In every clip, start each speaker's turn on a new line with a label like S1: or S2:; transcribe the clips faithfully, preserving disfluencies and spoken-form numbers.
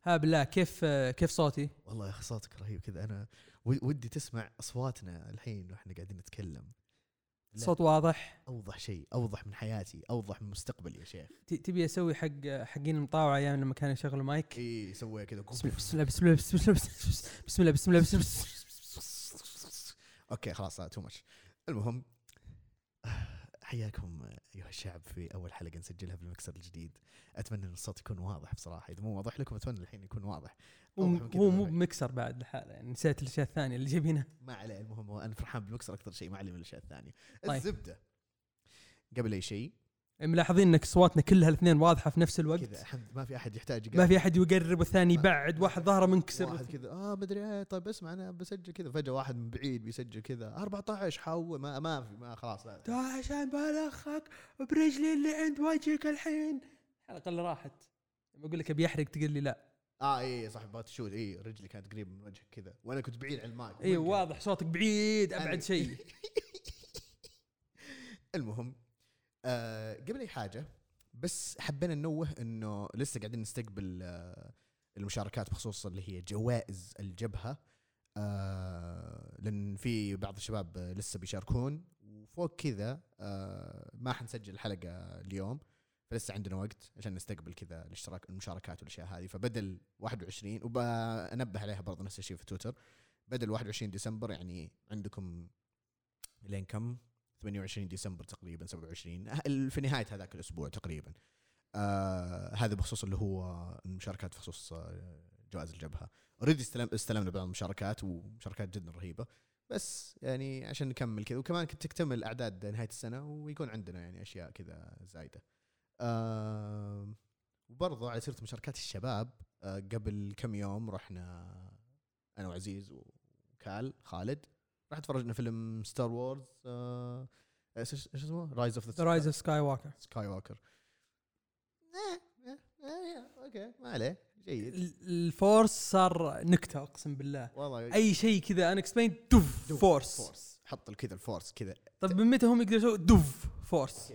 S1: ها بالله كيف كيف صوتي؟
S2: والله يا اخي صوتك رهيب كذا. انا ودي تسمع اصواتنا الحين واحنا قاعدين نتكلم.
S1: صوت واضح،
S2: اوضح شيء، اوضح من حياتي، اوضح من مستقبلي يا شيخ.
S1: تبي اسوي حق حقين المطاوعه ايام لما كانوا يشغلوا مايك؟
S2: اي سويها كذا.
S1: بسم الله بسم الله بسم الله بسم الله بسم الله بسم الله.
S2: اوكي خلاص تو ماتش. المهم حياكم ايها الشعب في اول حلقه نسجلها بالمكسر الجديد. اتمنى ان الصوت يكون واضح بصراحه، اذا مو واضح لكم اتمنى الحين يكون واضح.
S1: هو مو بمكسر بعد الحالة، يعني نسيت الاشياء الثانيه اللي جايبينها.
S2: ما عليه، المهم انا فرحان بالمكسر اكثر شيء، ما علي من الاشياء الثانيه.
S1: طيب.
S2: الزبده قبل اي شيء
S1: ملاحظين انك اصواتنا كلها الاثنين واضحه في نفس الوقت
S2: كذا، ما في احد يحتاج
S1: يقرب. ما في احد يقرب والثاني يبعد، واحد ظهره منكسر،
S2: واحد كذا اه بدري ايه طيب اسمع انا بسجل كذا، فجاه واحد من بعيد بيسجل كذا أربعة عشر حول ما ما في ما خلاص لا
S1: عشان بلخك برجلي اللي عند وجهك الحين. الحلقه اللي راحت بقول لك ابي يحرق تقول لي لا.
S2: اه اي صح بغيت تشوت. اي رجلي كانت قريب من وجهك كذا وانا كنت بعيد عن المايك.
S1: اي واضح صوتك بعيد ابعد شيء.
S2: المهم آه قبل اي حاجه بس حبينا ننوه انه لسه قاعدين نستقبل آه المشاركات بخصوص اللي هي جوائز الجبهه، آه لان في بعض الشباب لسه بيشاركون، وفوق كذا آه ما حنسجل الحلقه اليوم، فلسه عندنا وقت عشان نستقبل كذا الاشتراك المشاركات والاشياء هذه. فبدل واحد وعشرين وبنبه عليها برضه نفس الشيء في تويتر، بدل واحد وعشرين ديسمبر يعني عندكم لين كم ثمانية وعشرين ديسمبر تقريبا سبعة وعشرين في نهايه هذاك الاسبوع تقريبا. آه هذا بخصوص اللي هو المشاركات بخصوص آه جوائز الجبهه. اوريدي استلم استلمنا بعض المشاركات ومشاركات جدا رهيبه، بس يعني عشان نكمل كذا وكمان كنت تكتمل اعداد نهايه السنه ويكون عندنا يعني اشياء كذا زايده. آه وبرضه على سيره مشاركات الشباب، آه قبل كم يوم رحنا انا وعزيز وكال خالد راح تفرجنا فيلم ستار وورز، آه ايش اسمه رايز اوف ذا
S1: رايز اوف سكاي ووكر
S2: سكاي ووكر. اوكي ما عليه جيد.
S1: الفورس صار نكته اقسم بالله والله، اي شيء كذا انا اكسبلين دوف فورس
S2: فورس حط كذا الفورس كذا.
S1: طب من متى هم يقدروا يسووا دوف فورس؟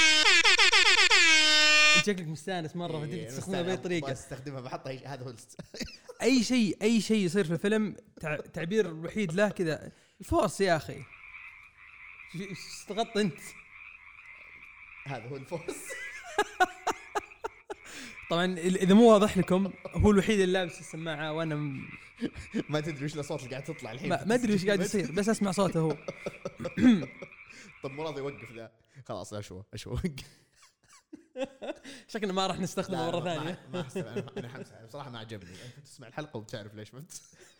S1: انت شكلك مستانس مره فتبي تستخدمها باي طريقه.
S2: استخدمها بحطها هذا هو
S1: اي شيء اي شيء يصير في الفيلم تعبير الوحيد له كذا الفورس يا اخي. استغط انت
S2: هذا هو الفورس.
S1: طبعا اذا مو واضح لكم هو الوحيد اللي لابس السماعه وانا م...
S2: ما تدري وش الاصوات اللي قاعد تطلع الحين.
S1: ما ادري وش قاعد يصير بس اسمع صوته هو.
S2: طب مراد يوقف ذا خلاص اشوى اشوى.
S1: شكلنا ما راح نستخدمه مره ثانيه.
S2: ما احس انا حمسه بصراحه ما عجبني. انت تسمع الحلقه وبتعرف ليش ما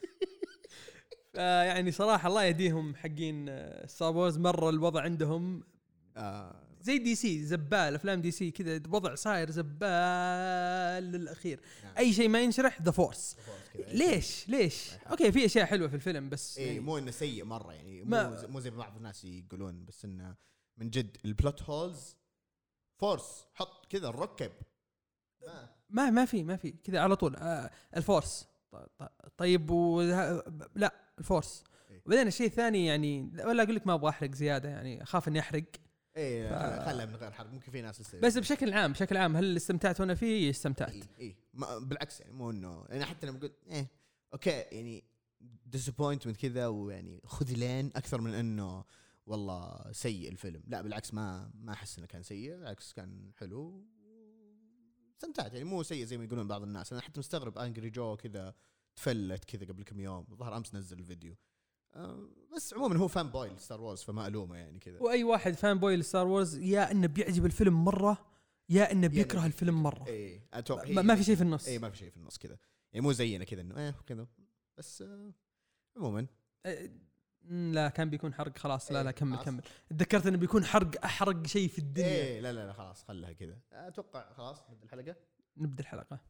S1: يعني صراحه الله يهديهم حقين ستار وورز. مره الوضع عندهم
S2: آه
S1: زي دي سي زبال، افلام دي سي كذا الوضع صاير زبال للاخير. نعم. اي شيء ما ينشرح ذا فورس. ليش ليش اوكي في اشياء حلوه في الفيلم بس
S2: إيه يعني مو انه سيء مره يعني مو مو زي بعض الناس يقولون، بس انه من جد البلوت هولز فورس حط كذا الركب
S1: ما ما في ما في كذا على طول. آه الفورس طيب و... لا الفورس إيه؟ وبعدين الشيء الثاني يعني ولا اقول لك ما ابغى احرق زياده، يعني اخاف اني احرق.
S2: ايه ف... خلها من غير حرق. ممكن في ناس لسه
S1: بس بشكل عام بشكل عام هل استمتعت وانا فيه؟ استمتعت.
S2: ايه, إيه. بالعكس يعني مو انه انا حتى لما قلت ايه اوكي يعني ديسابوينتمنت كذا ويعني خذلان اكثر من انه والله سيء الفيلم. لا بالعكس ما ما احس انه كان سيء، بالعكس كان حلو استمتعت. يعني مو سيء زي ما يقولون بعض الناس. انا حتى مستغرب انجري جو كذا تفلت كذا قبل كم يوم، ظهر امس نزل الفيديو. أه بس عموما هو فان بوي ستار وورز فما الومه يعني كذا.
S1: واي واحد فان بوي لستار وورز يا انه بيعجب الفيلم مره يا انه بيكره يعني الفيلم مره.
S2: ايه
S1: ما, ما في شيء في النص.
S2: ايه ما في شيء في النص كذا يعني مو زينا كذا انه ايه كذا بس. أه عموما
S1: أه لا كان بيكون حرق خلاص. لا لا كمل كمل. تذكرت انه بيكون حرق احرق شيء في الدنيا.
S2: ايه لا لا لا خلاص خلها كذا. اتوقع خلاص نبدا الحلقه.
S1: نبدا الحلقه.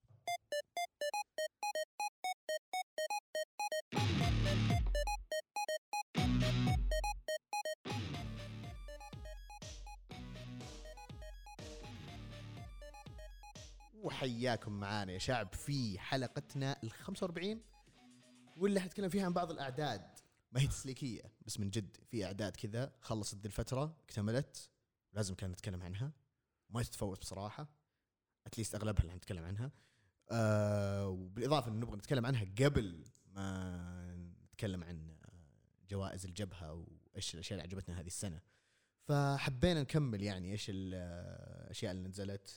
S2: وحياكم معانا يا شعب في حلقتنا الخمسة وأربعين، واللي حنتكلم فيها عن بعض الأعداد. ما هي تسليكية بس من جد في أعداد كذا خلصت ذي الفترة اكتملت لازم كان نتكلم عنها، ما تتفوت بصراحة. أتليست أغلبها اللي حنتكلم عنها. آه وبالاضافه انه نبغى نتكلم عنها قبل ما نتكلم عن جوائز الجبهه وايش الاشياء اللي عجبتنا هذه السنه. فحبينا نكمل يعني ايش الاشياء اللي نزلت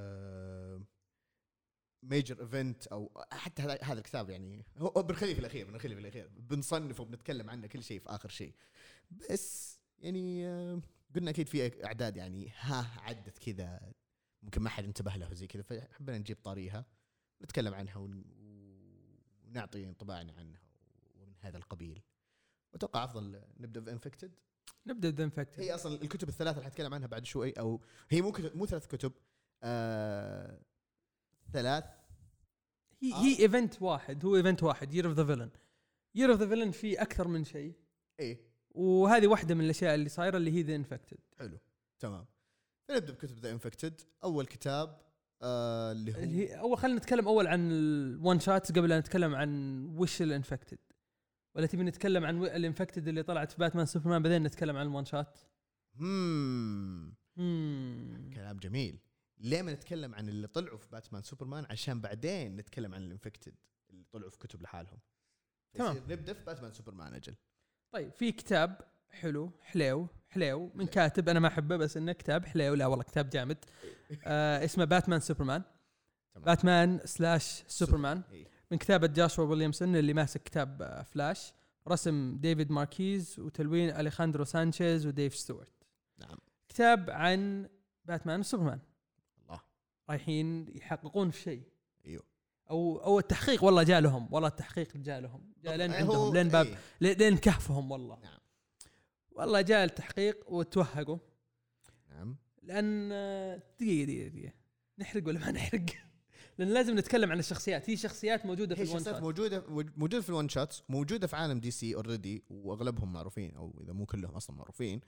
S2: ميجر ايفنت او حتى هذا الكتاب يعني هو بنخليه في الاخير بنخليه في الاخير بنصنف وبنتكلم عنه كل شيء في اخر شيء. بس يعني قلنا اكيد في اعداد يعني ها عدت كذا ممكن ما حد انتبه له زي كذا، فحبينا نجيب طاريها نتكلم عنها ونعطي انطباعنا عنها ومن هذا القبيل. واتوقع افضل نبدا بانفكتد.
S1: نبدا بانفكتد.
S2: هي اصلا الكتب الثلاثه اللي حتكلم عنها بعد شوي، او هي مو مو ثلاث كتب آه ثلاث
S1: هي آه. هي ايفنت واحد، هو ايفنت واحد يير اوف ذا فيلن. يير اوف ذا فيلن في اكثر من شيء
S2: ايه،
S1: وهذه واحده من الاشياء اللي صايره اللي هي ذا انفكتد.
S2: حلو تمام. فنبدا بكتب ذا انفكتد. اول كتاب آه اللي هو
S1: اللي هي اول خلينا نتكلم اول عن الوان شوتس قبل ان نتكلم عن وش الانفكتد، ولا تبي نتكلم عن الانفكتد اللي طلعت في باتمان سوبرمان بعدين نتكلم عن الوان شوت؟
S2: امم
S1: امم
S2: كلام جميل. ليه ما نتكلم عن اللي طلعوا في باتمان سوبرمان عشان بعدين نتكلم عن الانفكتد اللي طلعوا في كتب لحالهم.
S1: تمام،
S2: نبدا في باتمان سوبرمان اجل.
S1: طيب في كتاب حلو حلو حلو من كاتب انا ما احبه بس انه كتاب حلو، لا والله كتاب جامد. آه اسمه باتمان سوبرمان. تمام. باتمان سلاش سوبرمان من كتابة جاشوا ويليامسون اللي ماسك كتاب فلاش، رسم ديفيد ماركيز وتلوين أليخاندرو سانشيز وديف ستوارت.
S2: نعم.
S1: كتاب عن باتمان وسوبرمان.
S2: الله.
S1: رايحين يحققون في شيء.
S2: ايوه.
S1: او او التحقيق والله جاء لهم، والله التحقيق جاء لهم، جاء لين عندهم لين باب ايه؟ لين كهفهم والله.
S2: نعم.
S1: والله جاء التحقيق وتوهقوا.
S2: نعم.
S1: لأن دقيقة دقيقة دقيقة نحرق ولا ما نحرق؟ لأن لازم نتكلم عن الشخصيات. هي شخصيات موجودة في الوان شوت،
S2: موجودة موجودة في الوان شوت، موجودة في عالم دي سي اوريدي واغلبهم معروفين او اذا مو كلهم اصلا معروفين.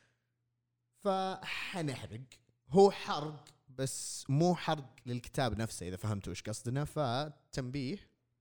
S2: فحنحرق، هو حرق بس مو حرق للكتاب نفسه اذا فهمتوا ايش قصدنا. فتنبيه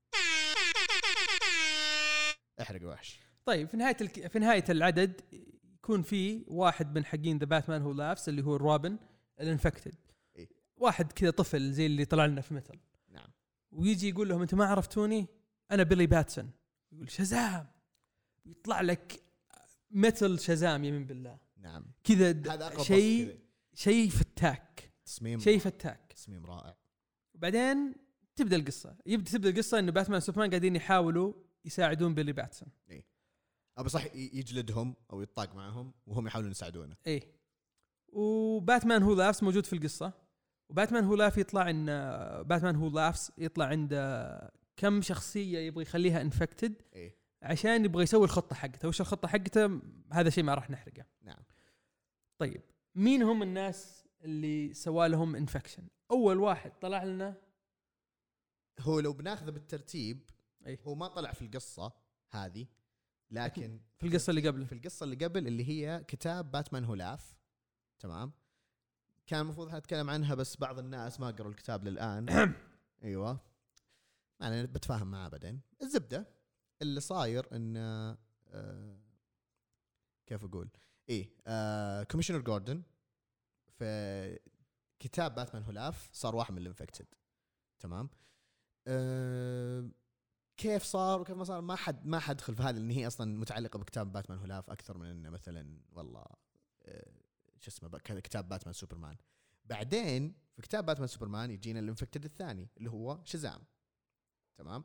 S2: احرق وحش.
S1: طيب في نهاية الك... في نهاية العدد يكون في واحد من حقين ذا باتمان هو لافس اللي هو الروبن الانفكتد.
S2: إيه؟
S1: واحد كذا طفل زي اللي طلع لنا في مثل.
S2: نعم. ويجي
S1: يقول لهم انتم ما عرفتوني انا بيلي باتسون. يقول شازام، يطلع لك مثل شازام يمين بالله.
S2: نعم.
S1: كذا شيء شيء فتاك،
S2: تصميم
S1: شيء فتاك،
S2: تصميم رائع.
S1: وبعدين تبدا القصه يبدا تبدا القصه انه باتمان وسوبرمان قاعدين يحاولوا يساعدون بيلي باتسون.
S2: ايه ابى صح يجلدهم او يطاق معهم وهم يحاولون يساعدونه.
S1: ايه. وباتمان هو لافس موجود في القصه، وباتمان هو لاف يطلع ان باتمان هو لافس يطلع عنده كم شخصيه يبغى يخليها انفكتد.
S2: إيه؟
S1: عشان يبغى يسوي الخطه حقته. وش الخطه حقته؟ هذا شيء ما راح نحرقه.
S2: نعم.
S1: طيب مين هم الناس اللي سووا لهم انفكشن؟ اول واحد طلع لنا
S2: هو لو بناخذه بالترتيب
S1: أيه؟
S2: هو ما طلع في القصه هذه، لكن
S1: في القصه اللي قبل
S2: في القصه اللي قبل اللي هي كتاب باتمان هو لاف. تمام. كان المفروض هنتكلم عنها بس بعض الناس ما قروا الكتاب للآن. ايوه انا بتفاهم معاه بعدين. الزبده اللي صاير ان آه كيف اقول ايه آه كوميشنر جوردن في كتاب باتمان هو لاف صار واحد من الانفكتد. تمام. آه كيف صار وكيف ما صار ما حد ما حد دخل في هذا لان هي اصلا متعلقه بكتاب باتمان هو لاف اكثر من انه مثلا والله آه شو اسمه كتاب باتمان سوبرمان. بعدين في كتاب باتمان سوبرمان يجينا الانفكتد الثاني اللي هو شازام. تمام.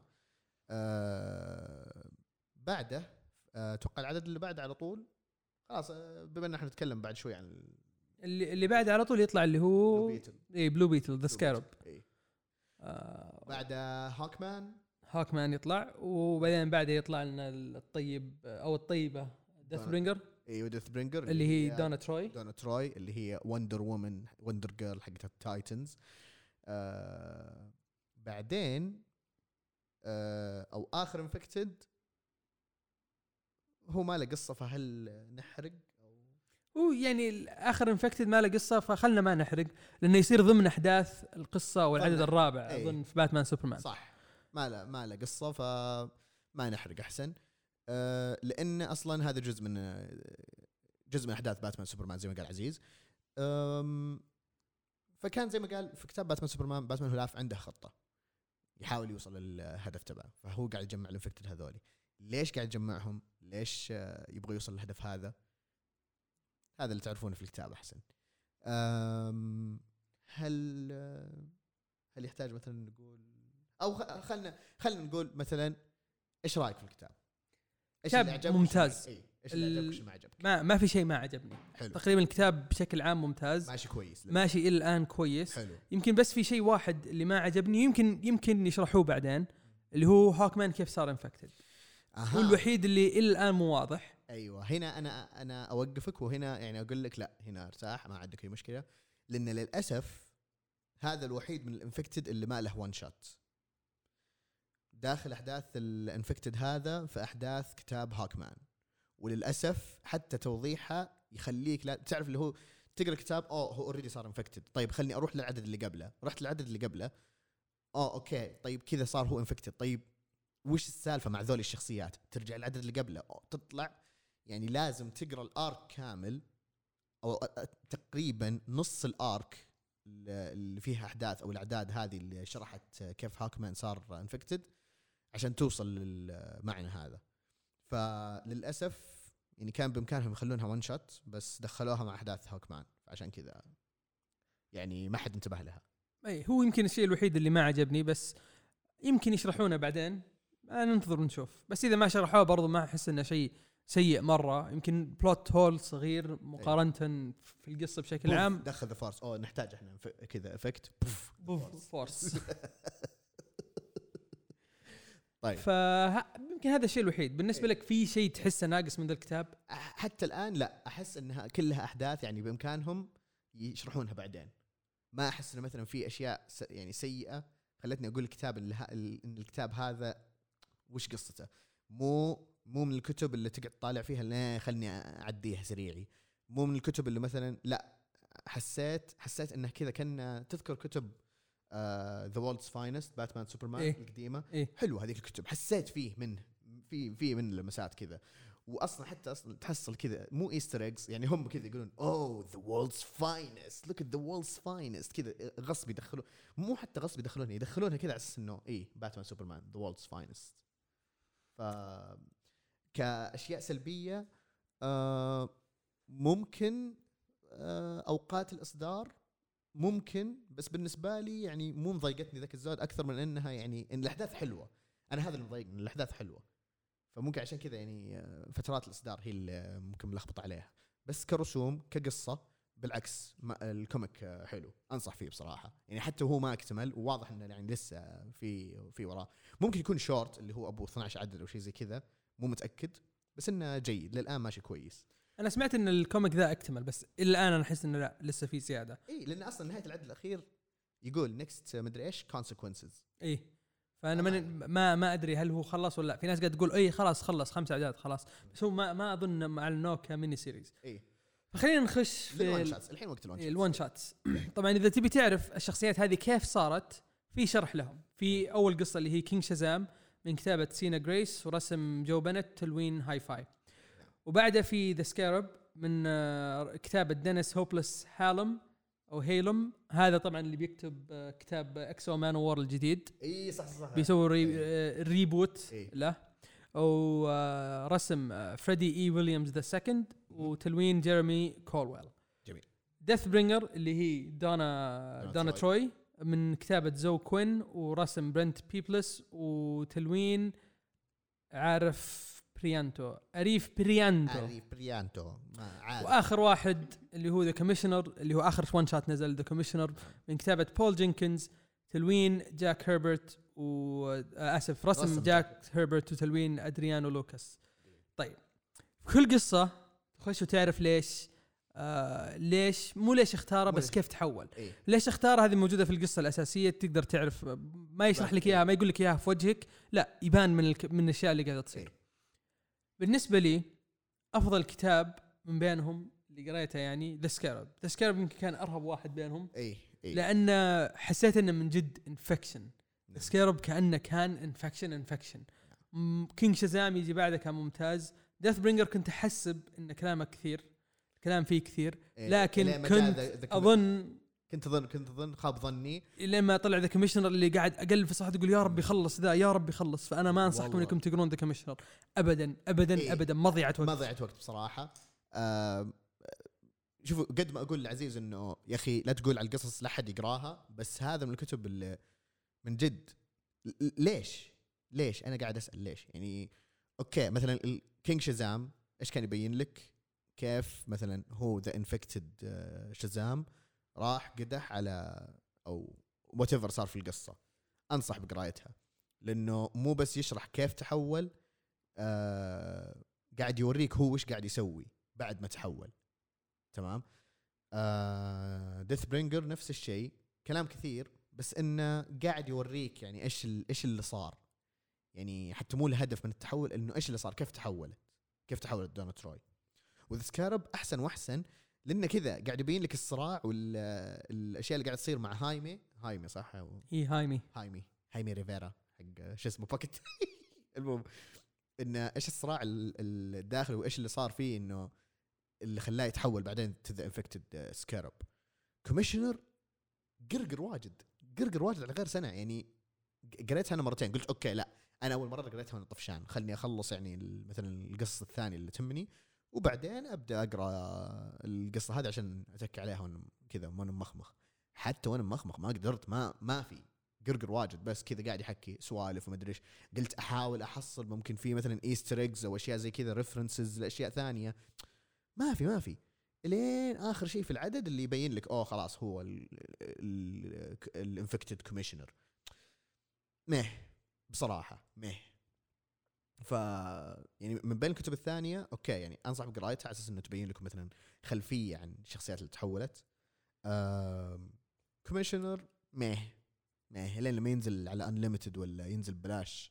S2: آه بعده اتوقع آه العدد اللي بعده على طول خلاص آه بما ان احنا نتكلم بعد شوي عن
S1: اللي اللي بعده على طول يطلع اللي هو اي بلو بيتل ذا سكارب.
S2: آه بعده هوكمان
S1: هوكمان يطلع. وبعدين بعده يطلع لنا الطيب او الطيبه ديث برينجر.
S2: ايوه ديث برينجر
S1: اللي, اللي هي دونا تروي.
S2: دونا تروي اللي هي وندر وومن وندر جيرل حقت التايتنز. آه بعدين آه او اخر انفكتد هو ما له قصه فهل نحرق
S1: هو يعني اخر انفكتد ما له قصه فخلنا ما نحرق لانه يصير ضمن احداث القصه والعدد الرابع اظن في باتمان سوبرمان.
S2: صح. ما له ما له قصه فما نحرق احسن. أه لان اصلا هذا جزء من جزء من احداث باتمان سوبرمان زي ما قال عزيز. فكان زي ما قال في كتاب باتمان سوبرمان باتمان هو لاف عنده خطه يحاول يوصل للهدف تبعه. فهو قاعد يجمع الانفكتد هذولي. ليش قاعد يجمعهم؟ ليش يبغى يوصل للهدف هذا؟ هذا اللي تعرفونه في الكتاب أحسن. هل هل يحتاج مثلا نقول أو خلنا خلنا نقول مثلا إيش رأيك في الكتاب؟ إيش اللي عجبك؟
S1: ممتاز.
S2: إيه؟ إيش اللي عجبك؟ إيش ما عجبك؟
S1: ما ما في شيء ما عجبني.
S2: حلو.
S1: تقريبا الكتاب بشكل عام ممتاز.
S2: ماشي كويس.
S1: ماشي إلى الآن كويس.
S2: حلو.
S1: يمكن بس في شيء واحد اللي ما عجبني يمكن يمكن يشرحوه بعدين اللي هو هوكمان كيف صار انفكتد. هو الوحيد اللي إلى الآن مو واضح.
S2: أيوة هنا أنا أنا أوقفك وهنا يعني أقول لك لا هنا ارتاح ما عندك أي مشكلة لأن للأسف هذا الوحيد من الانفكتد اللي ما له وان شوت داخل أحداث الانفكتد هذا في أحداث كتاب هوكمان. وللأسف حتى توضيحها يخليك لا تعرف اللي هو تقرأ كتاب أوه هو أوريدي صار انفكتد طيب خلني أروح للعدد اللي قبله رحت للعدد اللي قبله أوه أوكي طيب كذا صار هو انفكتد طيب وش السالفة مع ذولي الشخصيات ترجع العدد اللي قبله تطلع يعني لازم تقرأ الآرك كامل أو تقريبا نص الآرك اللي فيها أحداث أو الأعداد هذه اللي شرحت كيف هوكمان صار انفكتد عشان توصل للمعنى هذا. فللأسف يعني كان بإمكانهم يخلونها وان شوت بس دخلوها مع أحداث هوكمان عشان كذا يعني ما حد انتبه لها.
S1: أي هو يمكن الشيء الوحيد اللي ما عجبني بس يمكن يشرحونه بعدين ننتظر نشوف. بس إذا ما شرحوه برضو ما أحس إنه شيء سيء مرة. يمكن بلوت هول صغير مقارنة في القصة بشكل عام.
S2: دخل ذا فورس أو نحتاج إحنا كذا إفكت
S1: فورس.
S2: طيب
S1: فيمكن هذا الشيء الوحيد. بالنسبة لك في شيء تحسه ناقص من ذا الكتاب؟
S2: حتى الآن لا أحس إنها كلها أحداث يعني بإمكانهم يشرحونها بعدين. ما أحس إنه مثلا في أشياء يعني سيئة خلتني أقول الكتاب إن الكتاب هذا وش قصته. مو مو من الكتب اللي تقعد طالع فيها لا خلني أعديها سريعي. مو من الكتب اللي مثلا لا حسيت حسيت إنه كذا كان تذكر كتب ذا وورلدز فاينست باتمان سوبرمان
S1: إيه؟
S2: القديمة
S1: إيه؟
S2: حلو هذيك الكتب حسيت فيه من في في من اللمسات كذا. واصلا حتى اصلا تحصل كذا مو ايستر ايجز يعني هم كذا يقولون اوه ذا وورلدز فاينست لوك ات ذا وورلدز فاينست كذا غصب يدخلون مو حتى غصب يدخلون يدخلونها كذا على اساس انه ايه باتمان سوبرمان ذا وورلدز فاينست. ف كاشياء سلبيه آه ممكن آه اوقات الاصدار ممكن بس بالنسبه لي يعني مو مضايقتني ذاك الزود اكثر من انها يعني ان الاحداث حلوه. انا هذا اللي مضايقني الاحداث حلوه فممكن عشان كذا يعني فترات الاصدار هي اللي ممكن ملخبط عليها. بس كرسوم كقصه بالعكس الكوميك حلو انصح فيه بصراحه يعني حتى هو ما اكتمل وواضح انه يعني لسه في في وراه. ممكن يكون شورت اللي هو ابو اثنا عشر عدد او شيء زي كذا مو متاكد بس انه جيد للان ماشي كويس.
S1: انا سمعت ان الكوميك ذا اكتمل بس الى الان انا احس انه لا لسه في زياده.
S2: اي لان اصلا نهايه العدد الاخير يقول نيكست مدري ايش consequences.
S1: اي فانا من ما ما ادري هل هو خلص ولا لا. في ناس قاعد تقول اي خلاص خلص خمس اعداد خلاص بس هو ما ما اظن مع النوكا ميني سيريز.
S2: اي
S1: فخلينا نخش في
S2: الوان شاتس الحين وقت الوان شاتس.
S1: الوان شاتس طبعا اذا تبي تعرف الشخصيات هذه كيف صارت في شرح لهم في اول قصه اللي هي كينج شازام من كتابه سينا جريس ورسم جو بنت تلوين هاي فاي. وبعدها في ذا سكارب من كتابه دينيس هوبلس هالم او هيلم. هذا طبعا اللي بيكتب كتاب اكسو مان وور الجديد.
S2: اي صح صح
S1: بيسوي ري ريبوت
S2: إيه؟
S1: له. او رسم فريدي اي ويليامز ذا سكند وتلوين جيرمي كولويل.
S2: جميل.
S1: ديث برينجر اللي هي دونا دونا تروي من كتابه زو كوين ورسم برنت بيبلس وتلوين عارف بريانتو أريف بريانتو
S2: أريف بريانتو ما عارف.
S1: واخر واحد اللي هو ذا كوميشنر اللي هو اخر وان شات نزل ذا كوميشنر من كتابه بول جينكنز تلوين جاك هيربرت واسف رسم, رسم جاك, جاك هيربرت وتلوين ادريانو لوكاس. طيب كل قصه تخش وتعرف ليش آه ليش مو ليش اختاره بس كيف تحول.
S2: إيه؟
S1: ليش اختاره هذه موجوده في القصه الاساسيه تقدر تعرف ما يشرح لك اياها ما يقول لك اياها في وجهك لا يبان من الك... من الاشياء اللي قاعده تصير. إيه؟ بالنسبه لي افضل كتاب من بينهم اللي قريته يعني ذا سكارب. ذا سكارب يمكن كان ارهب واحد بينهم.
S2: اي اي
S1: لان حسيت انه من جد انفكشن. ذا سكارب كانه كان انفكشن انفكشن. كينج شازام يجي بعده كان ممتاز. ديث برينجر كنت احسب ان كلامه كثير كلام فيه كثير لكن كنت اظن
S2: كنت ظن كنت ظن خاب ظني
S1: لما طلع ذا كوميشنر اللي قاعد اقلب في صحته يقول يا رب يخلص ذا يا رب يخلص. فانا ما انصحكم انكم تقرون ذا كوميشنر ابدا ابدا
S2: إيه؟
S1: ابدا ما ضيعت وقت
S2: ما ضيعت وقت بصراحه. آه شوفوا قد ما اقول لعزيز انه يا اخي لا تقول على القصص لا حد يقراها، بس هذا من الكتب اللي من جد ليش ليش انا قاعد اسال ليش. يعني اوكي مثلا الكينج شازام ايش كان يبين لك كيف مثلا هو ذا انفكتد شازام راح قدح على او whatever صار في القصة. أنصح بقراءتها لأنه مو بس يشرح كيف تحول، آه قاعد يوريك هو وش قاعد يسوي بعد ما تحول. تمام. آه ديث برينجر نفس الشيء، كلام كثير بس إنه قاعد يوريك يعني إيش إيش اللي صار. يعني حتى مو الهدف من التحول إنه إيش اللي صار، كيف تحولت كيف تحولت دونا تروي. وذ سكارب أحسن وأحسن لأنه كذا قاعد يبين لك الصراع والأشياء اللي قاعد تصير مع هايمي هايمي صح
S1: هي هايمي
S2: هايمي هايمي ريفيرا حق شو اسمه باكيت. المهم إنه إيش الصراع الداخلي وإيش اللي صار فيه إنه اللي خلاه يتحول بعدين تذا انفكتد سكارب. كوميشنر قرقر واجد قرقر واجد على غير سنة. يعني قريتها أنا مرتين قلت أوكي لا أنا أول مرة قريتها من طفشان خلني أخلص يعني مثلا القصة الثانية اللي تهمني وبعدين أبدأ أقرأ القصة هذه عشان أتك عليها وأنا كذا وأنا مخمخ. حتى وأنا مخمخ ما قدرت ما ما في قرقر واجد بس كذا قاعد يحكي سوالف وما أدري إيش. قلت أحاول أحصل ممكن في مثلا إيستر إيجز أو أشياء زي كذا ريفرنسز لأشياء ثانية ما في ما في لين آخر شيء في العدد اللي يبين لك أوه خلاص هو الانفكتد كوميشنر. مه بصراحة مه. ف يعني من بين الكتب الثانية أوكي يعني أنصح بقراءتها على أساس إنه تبين لكم مثلا خلفية عن الشخصيات اللي تحولت. كوميشنر مه مه لين لما ينزل على أنليميتد ولا ينزل بلاش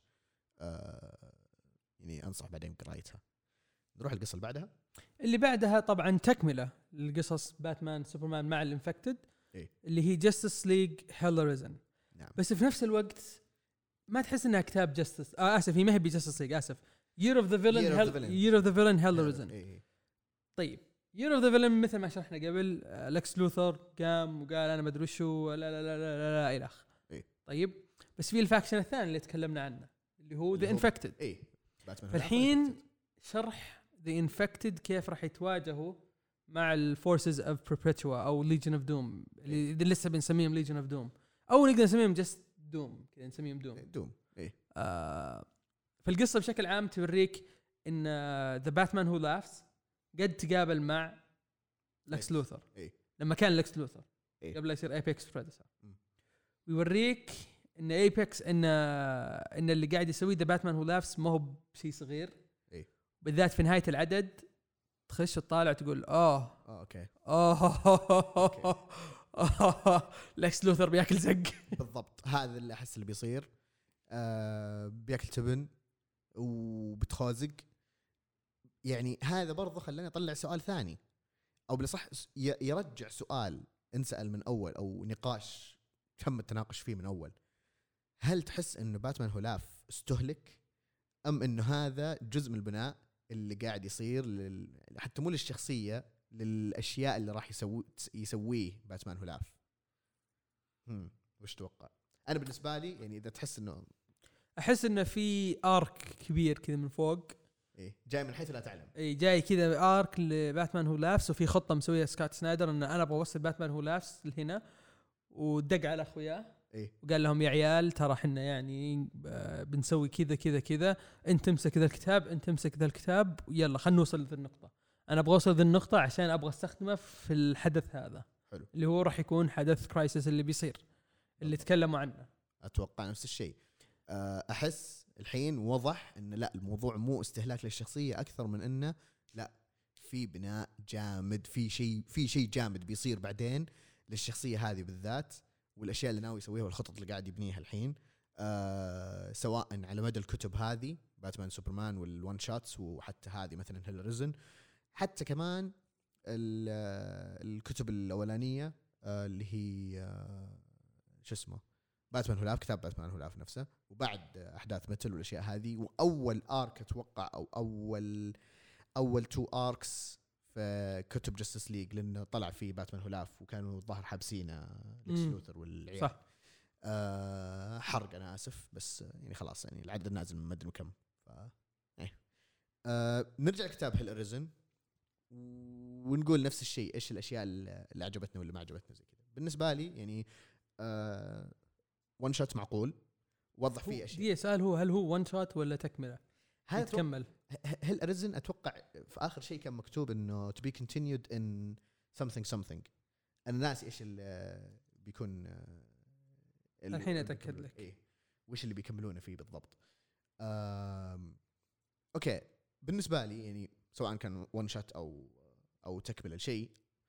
S2: يعني أنصح بعدين بقراءتها. نروح القصة اللي بعدها.
S1: اللي بعدها طبعا تكملة القصص باتمان سوبرمان مع الانفكتد
S2: إيه؟
S1: اللي هي جاستس ليج هيلوريزن.
S2: نعم.
S1: بس في نفس الوقت ما تحس انها كتاب جاستس آه اسف هي ما هي بجاستس ليج اسف يير اوف ذا فيلن يير اوف ذا فيلن هيلوريزن. طيب يير اوف ذا فيلن مثل ما شرحنا قبل لكس لوثر قام وقال انا ما ادري شو لا لا لا لا لا, لا الى
S2: إيه؟
S1: طيب بس في الفاكشن الثاني اللي تكلمنا عنه اللي هو ذا انفكتد.
S2: إيه؟
S1: الحين شرح ذا انفكتد كيف راح يتواجهوا مع الفورسز اوف بربيتوا او ليجن اوف دوم اللي لسه بنسميهم ليجن اوف دوم او نقدر نسميهم جست دوم كذا نسميهم دوم
S2: دوم. إيه؟
S1: آه فالقصة بشكل عام توريك إن ذا باتمان هو لافس قد تقابل مع لكس
S2: إيه؟
S1: لوثر.
S2: إيه؟
S1: لما كان لكس لوثر
S2: إيه؟
S1: قبل يصير ايبكس بريدسر. ويوريك إن ايبكس إن إن اللي قاعد يسويه ذا باتمان هو لافس ما هو بشيء صغير.
S2: إيه؟
S1: بالذات في نهاية العدد تخش تطالع تقول آه
S2: آه أوكي
S1: آه لكس لوثر بياكل زق.
S2: بالضبط هذا اللي أحس اللي بيصير. آه بياكل تبن وبتخازق. يعني هذا برضه خلاني أطلع سؤال ثاني أو بلصح يرجع سؤال انسأل من أول أو نقاش تم التناقش فيه من أول. هل تحس إنه باتمان هولاف استهلك أم إنه هذا جزء من البناء اللي قاعد يصير لل... حتى مو للشخصية للأشياء اللي راح يسوي يسويه باتمان هولاف؟ هم وش توقع؟ أنا بالنسبة لي يعني إذا تحس إنه
S1: أحس إنه في آرك كبير كذا من فوق
S2: إيه جاي من حيث لا تعلم.
S1: إيه جاي كذا آرك لباتمان هو لافس وفي خطة مسويها سكوت سنايدر إن أنا أبغى أوصل باتمان هو لافس لهنا ودق على أخوياه
S2: إيه؟
S1: وقال لهم يا عيال ترى حنا يعني بنسوي كذا كذا كذا أنت تمسك ذا الكتاب أنت تمسك ذا الكتاب ويلا خلنا نوصل لذي النقطة. أنا أبغى أوصل ذي النقطة عشان أبغى استخدمه في الحدث هذا.
S2: حلو.
S1: اللي هو راح يكون حدث كرايسيس اللي بيصير اللي تكلموا عنه.
S2: أتوقع نفس الشيء. أحس الحين وضح إن لا الموضوع مو استهلاك للشخصية أكثر من إنه لا في بناء جامد في شيء في شيء جامد بيصير بعدين للشخصية هذه بالذات والأشياء اللي ناوي يسويها والخطط اللي قاعد يبنيها الحين. أه سواء على مدى الكتب هذه باتمان سوبرمان والوان شوتس وحتى هذه مثلا هيلوريزن حتى كمان الكتب الأولانية أه اللي هي أه شو اسمه باتمان هولاف كتاب باتمان هولاف نفسه وبعد أحداث متل والأشياء هذه وأول آرك أتوقع أو أول أول تو آركس في كتب جاستس ليج لأنه طلع فيه باتمان هولاف وكانوا الظاهر حابسينه ليكس لوثر والعيال.
S1: صح.
S2: أه حرق أنا آسف بس يعني خلاص يعني العدد نازل من مدري كم. ف إيه. أه نرجع لكتاب هيل أريزن ونقول نفس الشيء. إيش الأشياء اللي عجبتنا واللي ما عجبتنا زي كده. بالنسبة لي يعني أه وان شوت معقول وضح فيه أشياء.
S1: دي سؤال هو هل هو وان شوت ولا تكملة؟
S2: هل
S1: تكمل
S2: هل أريزن أتوقع في آخر شيء كان مكتوب إنه to be continued in something something. أنا ناسي إيش اللي بيكون
S1: الحين أتأكد لك
S2: إيه وإيش اللي بيكملونه فيه بالضبط. أوكي بالنسبة لي يعني سواء كان one shot أو أو تكمل الشيء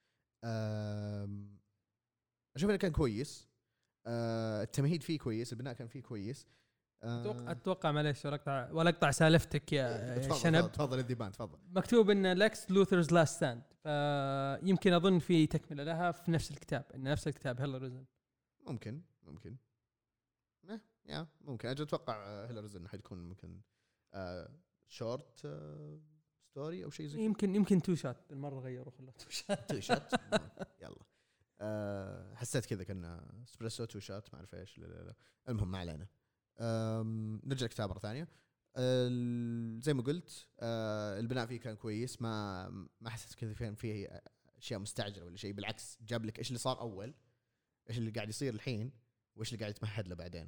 S2: أشوف إنه كان كويس. التمهيد فيه كويس البناء كان فيه كويس.
S1: اتوقع اتوقع معليش ولا اقطع ولا اقطع سالفتك يا شنب.
S2: تفضل الديبان تفضل.
S1: مكتوب ان لكس لوثرز لاست ستاند فيمكن اظن في تكمله لها في نفس الكتاب ان نفس الكتاب هيل أريزن.
S2: ممكن ممكن ما يا ممكن اجي اتوقع هيل أريزن حيكون ممكن شورت ستوري او شيء زي
S1: يمكن يمكن تو شات المره غيروا خلوه تو شات
S2: تو شات يلا أه حسيت كذا كنا اسبريسو تو شات ما اعرف ايش. لا لا لا المهم ما علينا. نرجع كتاب مرة ثانية. زي ما قلت البناء فيه كان كويس ما ما حسيت كذا فيه فيه أشياء مستعجلة ولا شيء. بالعكس جاب لك إيش اللي صار أول إيش اللي قاعد يصير الحين وإيش اللي قاعد يتمهد له بعدين.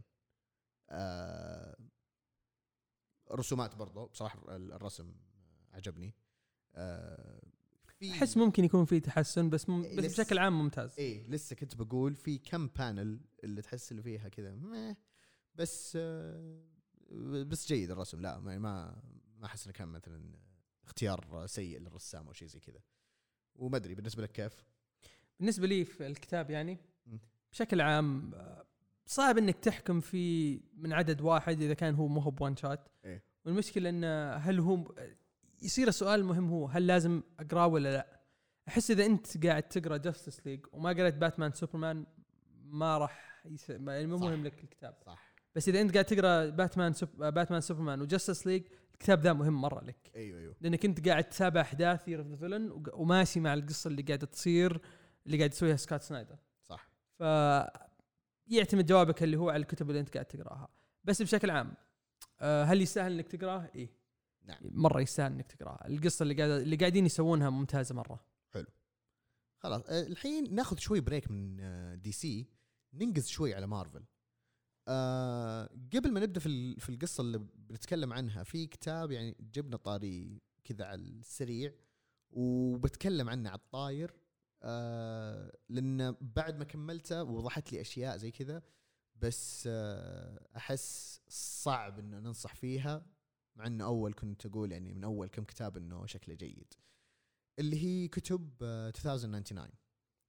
S2: رسومات برضو بصراحة الرسم عجبني.
S1: أحس ممكن يكون فيه تحسن بس, م... بس بشكل عام ممتاز.
S2: إيه لسه كنت بقول في كم بانل اللي تحس اللي فيها كذا بس بس جيد الرسم. لا ما ما ما أحس إنه كان مثلا اختيار سيء للرسام أو شيء زي كذا. وما أدري بالنسبة لك كيف؟
S1: بالنسبة لي في الكتاب يعني بشكل عام صعب إنك تحكم فيه من عدد واحد إذا كان هو مو هو بوان شات.
S2: إيه؟
S1: والمشكلة إنه هل هو يصير السؤال المهم هو هل لازم أقرأ ولا لا. أحس إذا أنت قاعد تقرأ جاستس ليج وما قرأت باتمان سوبرمان ما راح يس... يعني مو مهم لك الكتاب.
S2: صح.
S1: بس إذا أنت قاعد تقرأ باتمان سوب... باتمان سوبرمان وجاستس ليج الكتاب ذا مهم مرة لك.
S2: أيوة أيوة.
S1: لأنك أنت قاعد تتابع أحداث يير اوف ذا فيلن و... وماشي مع القصة اللي قاعدة تصير اللي قاعد يسويها سكوت سنايدر.
S2: صح.
S1: ف يعتمد جوابك اللي هو على الكتب اللي أنت قاعد تقرأها. بس بشكل عام أه هل يستاهل إنك تقرأه؟ إيه
S2: نعم.
S1: مرة يستاهل إنك تقرأها. القصة اللي قاعد اللي قاعدين يسوونها ممتازة مرة.
S2: حلو. خلاص الحين ناخذ شوي بريك من دي سي ننقز شوي على مارفل. أه قبل ما نبدأ في في القصة اللي بنتكلم عنها في كتاب يعني جبنا طاري كذا على السريع وبتكلم عنه على الطاير. أه لأن بعد ما كملته وضحت لي أشياء زي كذا بس أه أحس صعب إنه ننصح فيها مع إنه أول كنت أقول يعني من أول كم كتاب إنه شكله جيد اللي هي كتب ألف وتسعمية وتسعة وتسعين.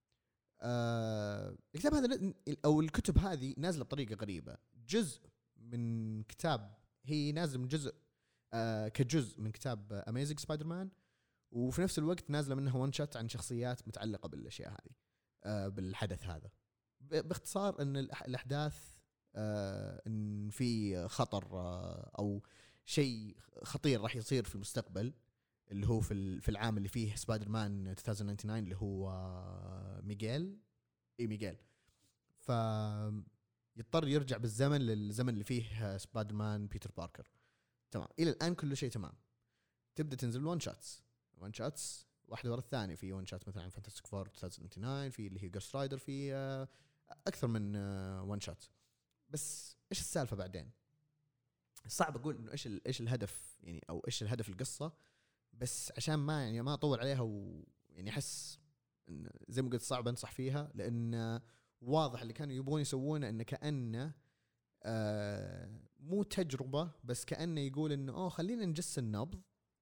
S2: أه الكتاب هذا أو الكتب هذه نازلة بطريقة غريبة. جزء من كتاب هي نازل من جزء أه كجزء من كتاب Amazing Spider-Man وفي نفس الوقت نازلة منها وان شات عن شخصيات متعلقة بالأشياء هذه أه بالحدث هذا. باختصار أن الأحداث أه إن في خطر أه أو شيء خطير راح يصير في المستقبل اللي هو في في العام اللي فيه سبايدر مان ألف وتسعمية وتسعة وتسعين اللي هو ميغيل اي ميغيل ف يضطر يرجع بالزمن للزمن اللي فيه سبايدر مان بيتر باركر. تمام الى الان كل شيء تمام. تبدا تنزل وان شاتس وان شاتس واحده ورا الثانيه. في وان شات مثلا فانتاستيك فور ألف وتسعمية وتسعة وتسعين في اللي هي جوست رايدر في اكثر من وان شات. بس ايش السالفه بعدين؟ صعب اقول انه ايش ايش الهدف يعني او ايش الهدف القصه بس عشان ما يعني ما اطول عليها ويعني احس إن زي ما قلت صعب انصح فيها لان واضح اللي كانوا يبغون يسوونه انه كانه آه مو تجربه بس كانه يقول انه اوه خلينا نجس النبض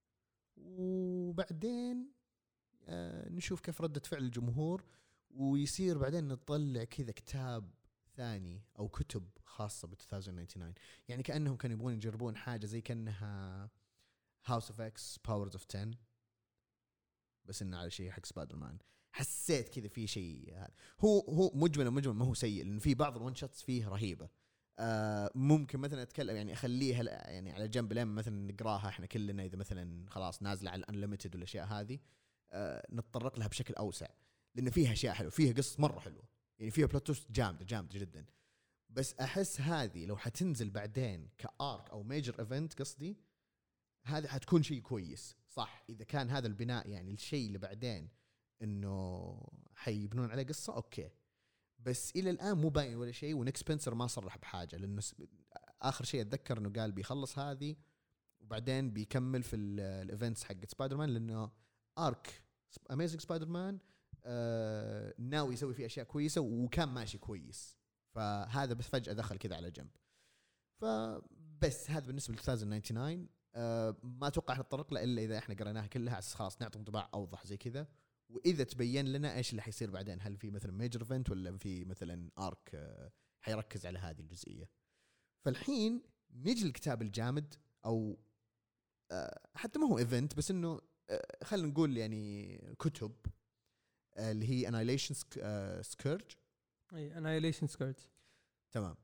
S2: وبعدين آه نشوف كيف ردة فعل الجمهور ويصير بعدين نطلع كذا كتاب ثاني او كتب خاصه ب ألف وتسعمية وتسعة وتسعين. يعني كانهم كانوا يبغون يجربون حاجه زي كانها هاوس اوف اكس باورز اوف عشرة بس انه على شيء حق سبايدر مان. حسيت كذا في شيء هذا هو هو مجمل مجمل ما هو سيء لان في بعض الون شوتس فيه رهيبه. آه ممكن مثلا اتكلم يعني اخليها يعني على جنب لين مثلا نقراها احنا كلنا اذا مثلا خلاص نازله على الانليمتد والاشياء هذه آه نتطرق لها بشكل اوسع لان فيها اشياء حلوه فيها قصص مره حلوه يعني فيها بلوت تويست جامده جامده جدا بس احس هذه لو حتنزل بعدين كارك او ميجر ايفنت قصدي هذا حتكون شيء كويس صح اذا كان هذا البناء يعني الشيء اللي بعدين انه حيبنون عليه قصه اوكي بس الى الان مو باين ولا شيء ونيك سبنسر ما صرح بحاجه لانه اخر شيء اتذكر انه قال بيخلص هذه وبعدين بيكمل في الايفنتس حق سبايدر مان لانه ارك اميزنج سبايدر مان آه ناوي يسوي فيه اشياء كويسه وكان ماشي كويس فهذا بس فجاه دخل كذا على جنب فبس هذا بالنسبه ل ألف وتسعمية وتسعة وتسعين آه ما اتوقع نتطرق له الا اذا احنا قريناها كلها على خلاص نعطي انطباع اوضح زي كذا واذا تبين لنا ايش اللي حيصير بعدين هل في مثلا ميجر ايفنت ولا في مثلا ارك آه حيركز على هذه الجزئيه فالحين نيجي الكتاب الجامد او آه حتى ما هو ايفنت بس انه آه خلينا نقول يعني كتب آه اللي هي Annihilation Scourge
S1: اي Annihilation Scourge
S2: تمام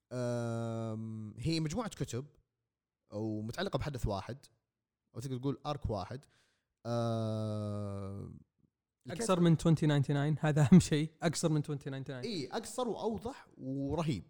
S2: هي مجموعة كتب أو متعلقة بحدث واحد أو تقدر تقول أرك واحد
S1: أقصر من ألفين وتسعمية وتسعة وتسعين هذا أهم شيء أقصر من ألفين وتسعمية وتسعة وتسعين
S2: إيه أقصر وأوضح ورهيب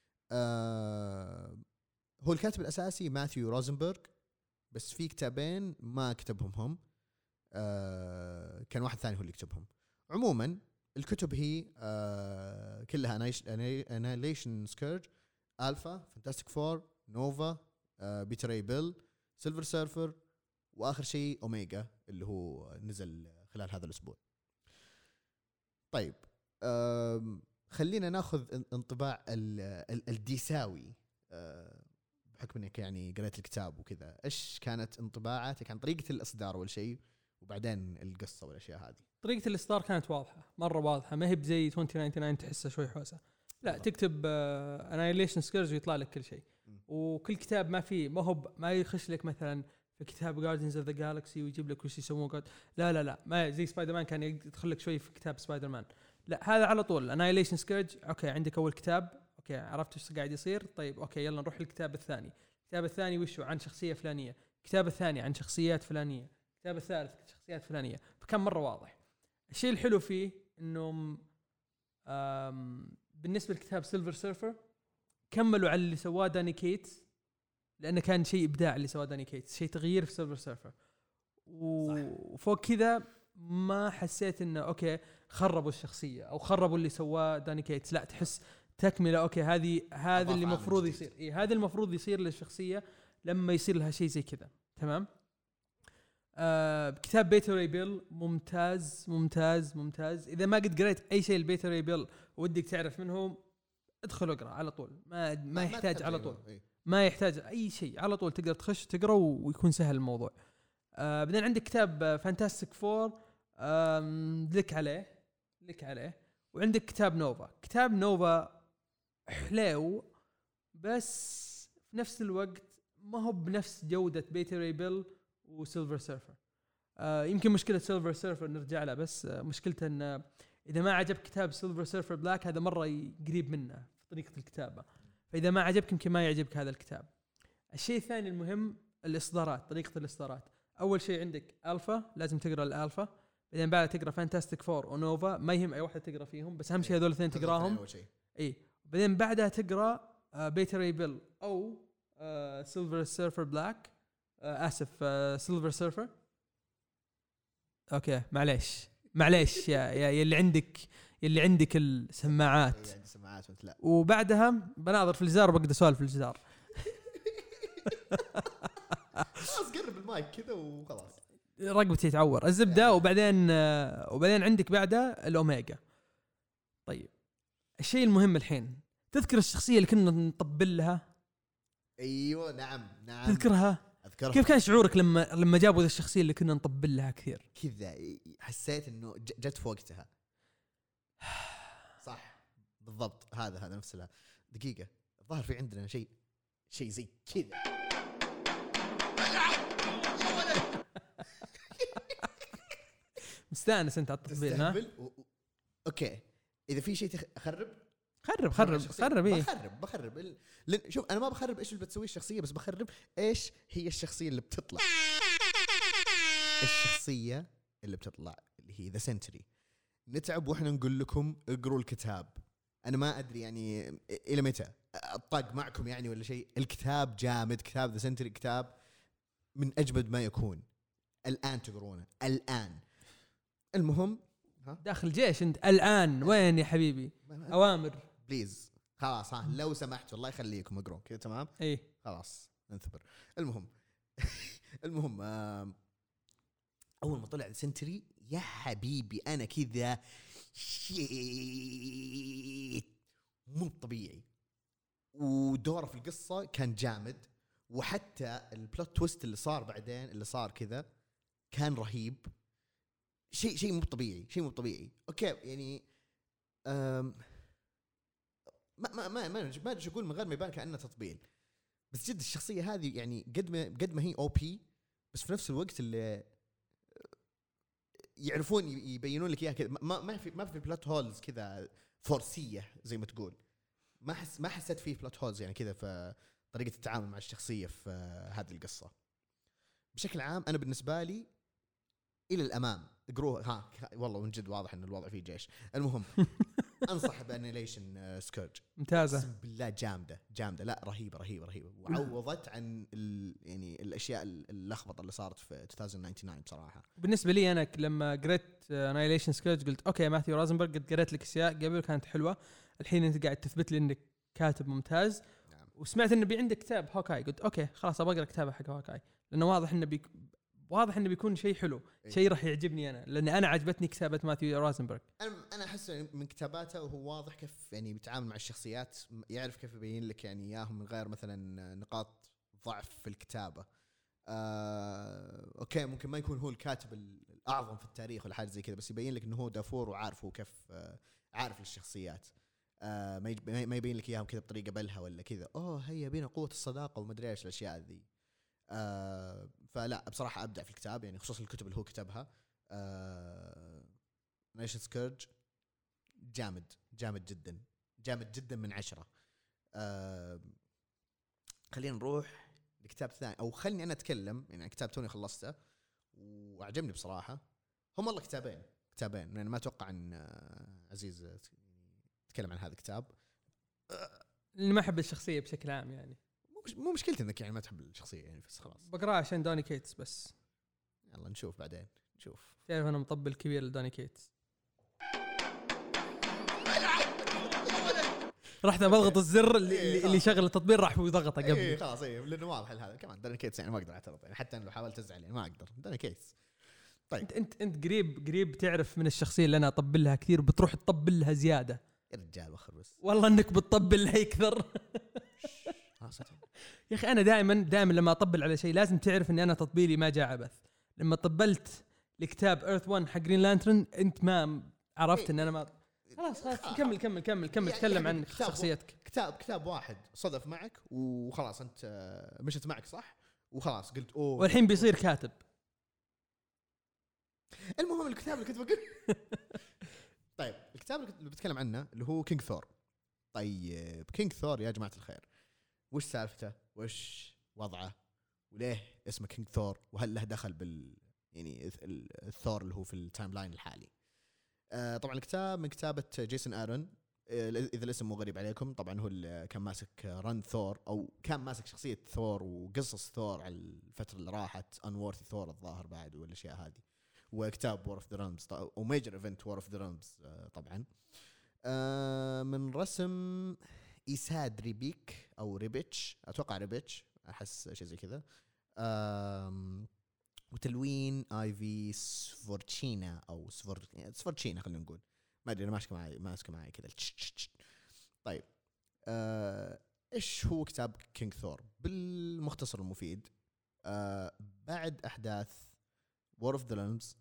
S2: هو الكاتب الأساسي ماثيو روزنبرغ بس في كتابين ما كتبهم هم كان واحد ثاني هو اللي كتبهم عموما الكتب هي كلها Annihilation Scourge ألفا فانتاستيك فور نوفا بيتر راي بيل سيلفر سيرفر واخر شيء اوميجا اللي هو نزل خلال هذا الاسبوع طيب خلينا ناخذ انطباع الديساوي بحكم انك يعني قريت الكتاب وكذا ايش كانت انطباعاتك عن طريقه الاصدار اول شيء وبعدين القصه والاشياء هذه
S1: طريقه الاصدار كانت واضحه مره واضحه ما هي بزي ألف وتسعمية وتسعة وتسعين تحسها شوي حوسه لا طبعا. تكتب Annihilation Scourge ويطلع لك كل شيء م. وكل كتاب ما فيه ما هو ما يخش لك مثلا في كتاب Guardians of the Galaxy ويجيب لك وش يسوون قد لا لا لا ما زي سبايدر مان كان يدخل لك شوي في كتاب سبايدر مان لا هذا على طول Annihilation Scourge اوكي عندك اول كتاب اوكي عرفت ايش قاعد يصير طيب اوكي يلا نروح للكتاب الثاني الكتاب الثاني وشو عن شخصيه فلانيه الكتاب الثاني عن شخصيات فلانيه الكتاب الثالث شخصيات فلانيه فكان مره واضح الشيء الحلو فيه انه بالنسبه لكتاب سيلفر سيرفر كملوا على اللي سواه داني كيتس لانه كان شيء ابداع اللي سواه داني كيتس شيء تغيير في سيلفر سيرفر وفوق كذا ما حسيت انه اوكي خربوا الشخصيه او خربوا اللي سواه داني كيتس لا تحس تكمله اوكي هذه هذا اللي المفروض يصير اي هذا المفروض يصير للشخصيه لما يصير لها شيء زي كذا تمام آه كتاب بيتر راي بيل ممتاز ممتاز ممتاز اذا ما قد قريت اي شيء البيتر راي بيل ودك تعرف منهم ادخل اقرا على طول ما ما يحتاج على طول ما يحتاج اي شيء على طول تقدر تخش تقرا ويكون سهل الموضوع آه بعدين عندك كتاب فانتاستيك فور لك عليه لك عليه وعندك كتاب نوفا كتاب نوفا حلو بس في نفس الوقت ما هو بنفس جودة بيتر راي بيل وسيلفر سيرفر آه يمكن مشكلة سيلفر سيرفر نرجع لها بس آه مشكلته ان اذا ما عجبك كتاب سيلفر سيرفر بلاك هذا مرة قريب منه في طريقة الكتابة فاذا ما عجبك يمكن ما يعجبك هذا الكتاب الشيء الثاني المهم الاصدارات طريقة الاصدارات اول شيء عندك الفا لازم تقرا الالفا بعدين بعد تقرا فانتاستيك فور ونوفا ما يهم اي واحده تقرا فيهم بس اهم شيء هذول الاثنين تقراهم اي بعدين بعدها تقرا بيتر راي بيل او سيلفر سيرفر بلاك اسف سيلفر سيرفر اوكي معليش معليش يا يا اللي عندك اللي عندك السماعات
S2: عندي سماعات وانت لا
S1: وبعدها بناظر في الجدار وبقدر اسولف في الجدار
S2: خلاص قرب المايك كذا وخلاص
S1: رقبتي يتعور الزبده وبعدين وبعدين عندك بعدها الاوميجا طيب الشيء المهم الحين تذكر الشخصيه اللي كنا نطبل لها
S2: ايوه نعم نعم
S1: تذكرها
S2: اذكرها
S1: كيف كان شعورك لما لما جابوا ذا الشخصيه اللي كنا نطبل لها كثير
S2: كذا حسيت انه جت في وقتها صح بالضبط هذا هذا نفس له دقيقه الظاهر في عندنا شيء شيء زي كذا
S1: مستانس انت على التطبيل ها
S2: و... اوكي اذا في شيء تخ... اخرب
S1: خرب خرب خرب ايه
S2: بخرب بخرب ال... لن... شوف انا ما بخرب ايش اللي بتسويه الشخصيه بس بخرب ايش هي الشخصيه اللي بتطلع الشخصيه اللي بتطلع اللي هي ذا سنتري نتعب واحنا نقول لكم اقروا الكتاب. انا ما ادري يعني الى متى الطاق معكم يعني ولا شيء. الكتاب جامد، كتاب ذا سنتري كتاب من اجمد ما يكون. الان تقرونه الان. المهم
S1: ها؟ داخل جيش انت الان وين يا حبيبي؟ اوامر
S2: بليز خلاص ها لو سمحت والله يخليكم اقرون كذا تمام.
S1: اي
S2: خلاص ننثبر. المهم المهم اول ما طلع سنتري يا حبيبي انا كذا شيء مو طبيعي، ودوره في القصه كان جامد، وحتى البلوت تويست اللي صار بعدين اللي صار كذا كان رهيب. شيء شيء مو طبيعي، شيء مو طبيعي. اوكي يعني أم ما ما ما ما ما ادري اقول من غير ما يبان كانه تطبيل، بس جد الشخصيه هذه يعني قد ما قد ما هي او بي، بس في نفس الوقت اللي يعرفون يبينون لك اياها كذا. ما ما في ما في بلوت هولز كذا فورسيه زي ما تقول. ما حس ما حسيت فيه بلوت هولز يعني كذا في طريقه التعامل مع الشخصيه في هذه القصه. بشكل عام انا بالنسبه لي الى الامام اقروه. ها والله من جد واضح ان الوضع فيه جيش. المهم انصح بانيليشن سكيرج
S1: ممتازه
S2: بسم بالله، جامده جامده لا رهيبه رهيبه رهيبه، وعوضت عن يعني الاشياء اللخبطه اللي صارت في ألف وتسعمية وتسعة وتسعين بصراحه.
S1: بالنسبه لي انا لما قريت انيليشن سكيرج قلت اوكي ماثيو رازنبرغ قد قريت لك اشياء قبل كانت حلوه، الحين انت قاعد تثبت لي انك كاتب ممتاز. نعم. وسمعت انه عندك كتاب هوكاي، قلت اوكي خلاص ابغى اقرا كتابه حق هوكاي لانه واضح انه بيك واضح انه بيكون شيء حلو، إيه؟ شيء راح يعجبني انا، لان انا عجبتني كتابه ماثيو رازنبرغ.
S2: انا انا احس من كتاباته وهو واضح كيف يعني بيتعامل مع الشخصيات، يعرف كيف يبين لك يعني اياهم من غير مثلا نقاط ضعف في الكتابه. آه، اوكي ممكن ما يكون هو الكاتب الاعظم في التاريخ ولا حاجه زي كذا، بس يبين لك انه هو دافور وعارف هو كيف آه عارف الشخصيات. آه ما يبين لك اياهم كذا بطريقه بلها ولا كذا اوه هيا بينا قوه الصداقه وما ادري ايش الاشياء ذي. آه فلا بصراحة أبدع في الكتاب يعني، خصوصا الكتب اللي هو كتبها. آه نيشن سكيرج جامد جامد جدا جامد جدا من عشرة. آه خلينا نروح لكتاب ثاني، أو خلني أنا أتكلم يعني عن كتاب توني خلصته وعجبني بصراحة. هم الله كتابين كتابين يعني ما أتوقع أن عزيز تتكلم عن هذا الكتاب.
S1: آه اللي ما أحب الشخصية بشكل عام يعني
S2: مو مشكلتي انك يعني ما تحب الشخصيه يعني، بس خلاص
S1: بقراه عشان دوني كيتس بس.
S2: يلا نشوف بعدين نشوف.
S1: تعرف انا مطبل كبير لدوني كيتس. رحت بضغط الزر اللي, إيه اللي يشغل التطبيق راح يضغطه قبل.
S2: ايه خلاص ايه لانه واضح هذا كمان دوني كيتس يعني ما اقدر اعترض يعني، حتى لو حاولت ازعل يعني ما اقدر. دوني كيتس طيب
S1: انت انت انت قريب قريب تعرف من الشخصيه اللي انا اطبل لها كثير بتروح تطبل لها زياده
S2: يا رجال وخر بس
S1: والله انك بتطبل لها اكثر. يا اخي انا دائما دائما لما اطبل على شيء لازم تعرف اني انا تطبيلي ما جاء عبث. لما طبلت لكتاب ايرث ون حق جرين لانترن انت ما عرفت ان انا ما خلاص خلاص كمل كمل كمل كمل تكلم عن شخصيتك.
S2: كتاب كتاب واحد صدف معك وخلاص انت مشت معك صح وخلاص قلت اوه
S1: والحين بيصير كاتب.
S2: المهم الكتاب اللي كنت بقول طيب الكتاب اللي بتكلم عنه اللي هو كينج ثور. طيب كينج ثور يا جماعة الخير وش سالفته وش وضعه وليه اسمه كينج ثور وهل له دخل بال يعني الثور اللي هو في التايم لاين الحالي. آه طبعا الكتاب من كتابة جيسون آرون. آه إذا الاسم مو غريب عليكم طبعا هو اللي كان ماسك رن ثور أو كان ماسك شخصية ثور وقصص ثور على الفترة اللي راحت أنورثي ثور الظاهر بعد والأشياء هذه، وكتاب وور اوف ذا رامز وميجر ايفنت وور اوف ذا رامز طبعا. آه من رسم إيساد ريبيك أو ريبيتش أتوقع ريبيتش أحس شيء زي كذا. وتلوين آيفي سفورتشينا أو سفور سفورتشينا خلينا نقول ما أدري أنا ماسك معي ماسك معي كذا. طيب آه إيش هو كتاب كينج ثور بالمختصر المفيد؟ آه بعد أحداث وور اوف ذا رامز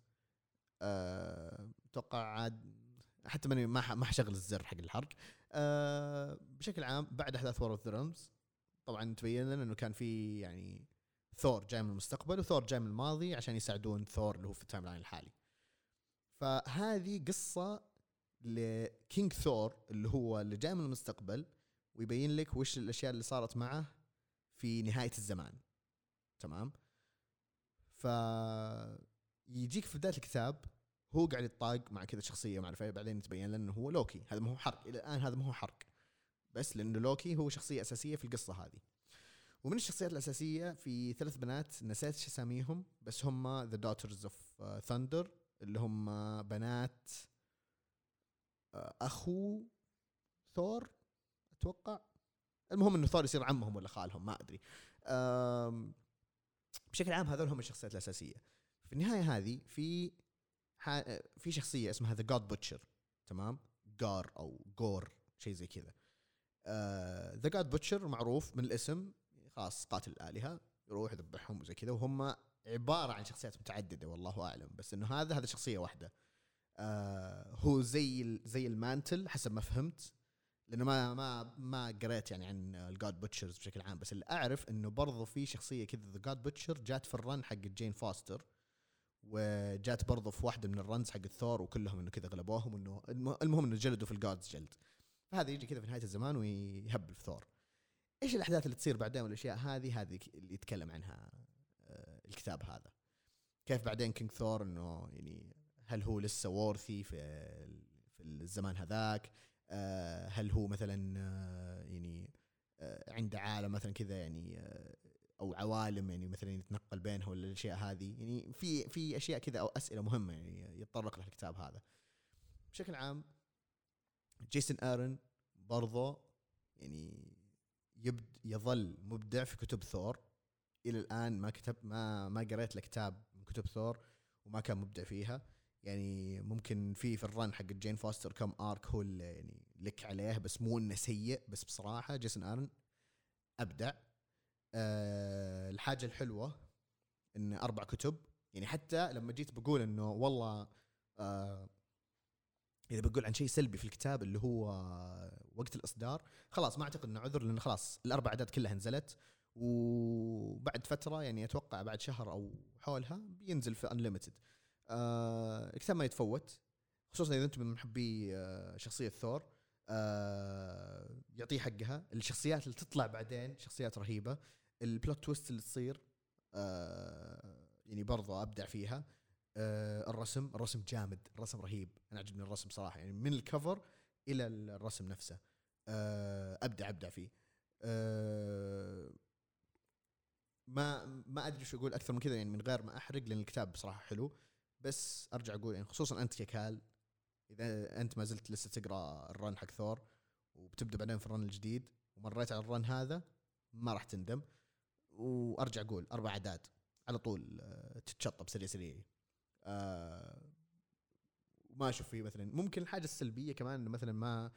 S2: أتوقع عاد حتى ماني ما ما حشغل الزر حق الحرق. أه بشكل عام بعد احداث وور اوف ذا رامز طبعا تبين لنا انه كان في يعني ثور جاي من المستقبل وثور جاي من الماضي عشان يساعدون ثور اللي هو في التايم لاين الحالي. فهذه قصه لكينج ثور اللي هو اللي جاي من المستقبل ويبين لك وش الاشياء اللي صارت معه في نهايه الزمان. تمام. ف يجيك في بدايه الكتاب هو قاعد يتطاق مع كذا شخصيه معرفه، بعدين يتبين لنا هو لوكي. هذا ما هو حرق الى الان، هذا ما هو حرق، بس لانه لوكي هو شخصيه اساسيه في القصه هذه. ومن الشخصيات الاساسيه في ثلاث بنات نسيت ايش اساميهم، بس هم ذا دوترز اوف ثاندر، اللي هم بنات اخو ثور اتوقع. المهم انه ثور يصير عمهم ولا خالهم ما ادري. بشكل عام هذول هم الشخصيات الاساسيه. في النهايه هذه في في شخصيه اسمها ذا جاد بوتشر، تمام، جار او جور شيء زي كذا. ذا جاد بوتشر معروف من الاسم، خاص قاتل الآلهة، يروح يذبحهم وزي كذا، وهم عبارة عن شخصيات متعددة والله أعلم، بس إنه هذا هذا شخصية واحدة. آه هو زي زي المانتل حسب ما فهمت، لأنه ما ما ما قريت يعني عن الجاد بوتشرز بشكل عام، بس اللي أعرف إنه برضو في شخصية كذا ذا جاد بوتشر جات في الرن حق جين فاستر، وجات برضو في واحدة من الرنز حق الثور، وكلهم إنه كذا غلبوهم، إنه المهم إنه جلدوا في الجادز جلد. فهذا يجي كذا في نهاية الزمان ويهبل في ثور. إيش الأحداث اللي تصير بعدين والأشياء هذه هذه اللي يتكلم عنها الكتاب هذا. كيف بعدين كينغ ثور إنه يعني هل هو لسه وورثي في في الزمان هذاك، هل هو مثلا يعني عنده عالم مثلا كذا يعني أو عوالم يعني مثلا يتنقل بينها ولا الأشياء هذه، يعني في في أشياء كذا أو أسئلة مهمة يعني يتطرق لها الكتاب هذا. بشكل عام جيسون آرن برضه يعني يبد يظل مبدع في كتب ثور إلى الآن. ما كتب ما ما قريت له كتاب من كتب ثور وما كان مبدع فيها. يعني ممكن في في الرن حق جين فاستر كم آرك هو يعني لك عليه، بس مو إنه سيء، بس بصراحة جيسون آرن أبدع. أه الحاجة الحلوة إن أربع كتب، يعني حتى لما جيت بقول إنه والله أه إذا بقول عن شيء سلبي في الكتاب اللي هو وقت الإصدار، خلاص ما أعتقد إنه عذر، لأن خلاص الأربع أعداد كلها نزلت، وبعد فترة يعني أتوقع بعد شهر أو حولها بينزل في Unlimited. آه الكتاب ما يتفوت، خصوصا إذا أنتم من محبي آه شخصية ثور. آه يعطيه حقها. الشخصيات اللي تطلع بعدين شخصيات رهيبة. البلوت تويست اللي تصير آه يعني برضو أبدع فيها. آه الرسم الرسم جامد، الرسم رهيب، أنا عجبني الرسم صراحة، يعني من الكفر إلى الرسم نفسه آه أبدع أبدع فيه. آه ما ما أدري شو أقول أكثر من كذا يعني من غير ما أحرق، لأن الكتاب بصراحة حلو. بس أرجع أقول يعني خصوصا أنت ككال، إذا أنت ما زلت لسه تقرأ الرن حق ثور وبتبدأ بعدين في الرن الجديد ومريت على الرن هذا، ما راح تندم. وأرجع أقول أربع أعداد على طول تتشطب سريع سريع. آه وما أشوف فيه مثلا ممكن الحاجة السلبية كمان إنه مثلا ما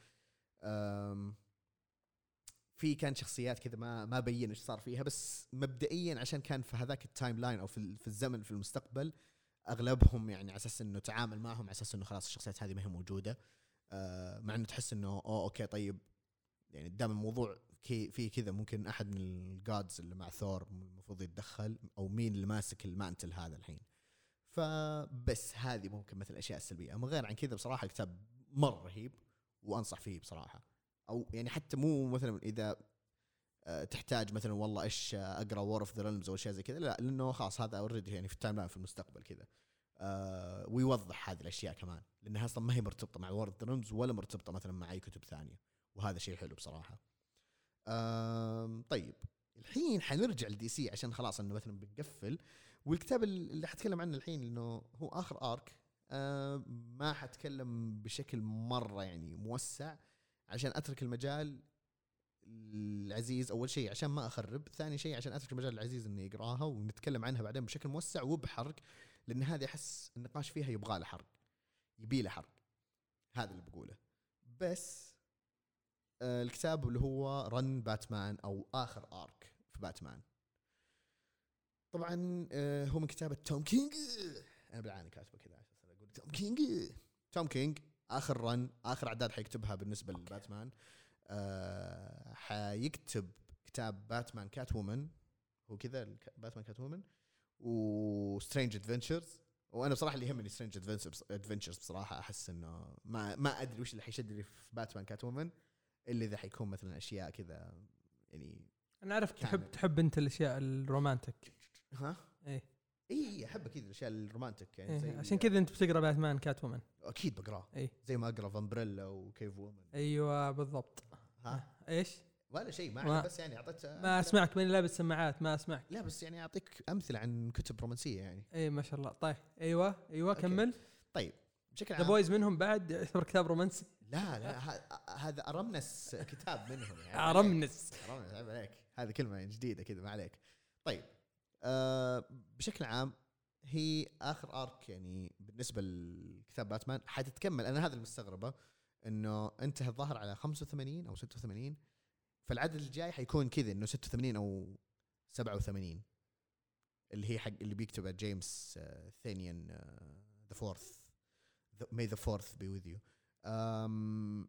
S2: في كان شخصيات كذا ما ما بين إيش صار فيها، بس مبدئيا عشان كان في هذاك التايم لاين أو في في الزمن في المستقبل أغلبهم يعني على أساس إنه تعامل معهم على أساس إنه خلاص الشخصيات هذه ما هي موجودة. آه مع إنه تحس إنه أوه أوكي طيب يعني قدام الموضوع كي في كذا ممكن أحد من الجادز اللي مع ثور المفروض يتدخل، أو مين اللي ماسك المانتل هذا الحين. فبس هذه ممكن مثل الأشياء السلبية. أما غير عن كذا بصراحة الكتاب مرة رهيب وأنصح فيه بصراحة. أو يعني حتى مو مثلا إذا تحتاج مثلا والله إيش أقرأ وور اوف ذا ريلمز أو شيء زي كذا، لا، لأنه خلاص هذا أوريدي يعني في التايم لاين في المستقبل كذا. أه ويوضح هذه الأشياء كمان، لأنها أصلا ما هي مرتبطة مع وور اوف ذا ريلمز ولا مرتبطة مثلا مع أي كتب ثانية، وهذا شيء حلو بصراحة. أه طيب الحين حنرجع لدي سي عشان خلاص إنه مثلا بنقفل. والكتاب اللي حتكلم عنه الحين إنه هو آخر آرك. أه ما حتكلم بشكل مرة يعني موسع عشان أترك المجال العزيز، أول شيء عشان ما أخرب، ثاني شيء عشان أترك المجال العزيز إني يقراها ونتكلم عنها بعدين بشكل موسع وبحرق، لأن هذه أحس النقاش فيها يبغى له حرق، يبي له حرق، هذا اللي بقوله. بس آه الكتاب اللي هو رن باتمان أو آخر آرك في باتمان، طبعا آه هو من كتابة توم كينج. أنا بالعاني كاتبه كذا عشان أقول توم كينج. توم كينج آخر رن آخر أعداد حيكتبها بالنسبة لباتمان. أه حيكتب كتاب باتمان كات وومن، هو كذا باتمان كات وومن وسترينج ادفنتشرز. وانا بصراحه اللي يهمني سترينج ادفنتشرز بصراحه، احس انه ما ما ادري وش اللي حيشدني في باتمان كات وومن اللي اذا حيكون مثلا اشياء كذا يعني.
S1: انا عارف تحب تحب انت الاشياء الرومانتك.
S2: ها
S1: ايه
S2: اي احب اكيد الاشياء الرومانتك يعني زي
S1: إيه عشان كذا انت بتقرا باتمان كات وومن.
S2: اكيد بقراه
S1: إيه
S2: زي ما اقرا فامبريلا وكيف وومن.
S1: ايوه بالضبط.
S2: ها
S1: ايش
S2: ولا شيء ما,
S1: ما
S2: بس يعني اعطيت
S1: ما اسمعك ماني لابس سماعات ما اسمعك.
S2: لا بس يعني اعطيك امثله عن كتب رومانسيه يعني.
S1: اي ما شاء الله. طيب ايوه ايوه
S2: أوكي.
S1: كمل.
S2: طيب بشكل
S1: ذا
S2: عام
S1: بويز منهم بعد يعتبر كتاب رومانسي.
S2: لا لا هذا ارمنس كتاب منهم يعني.
S1: ارمنس
S2: ارمنس عيب عليك هذه كلمه جديده كذا ما عليك. طيب آه بشكل عام هي اخر ارك يعني بالنسبه لكتاب باتمان حتتكمل. انا هذا المستغربه انه انتهى الظاهر على خمسة وثمانين او ستة وثمانين فالعدد الجاي حيكون كذا انه ستة وثمانين او سبعة وثمانين اللي هي حق اللي بيكتبه جيمس ثانيان ذا فورث may the fourth be with you. um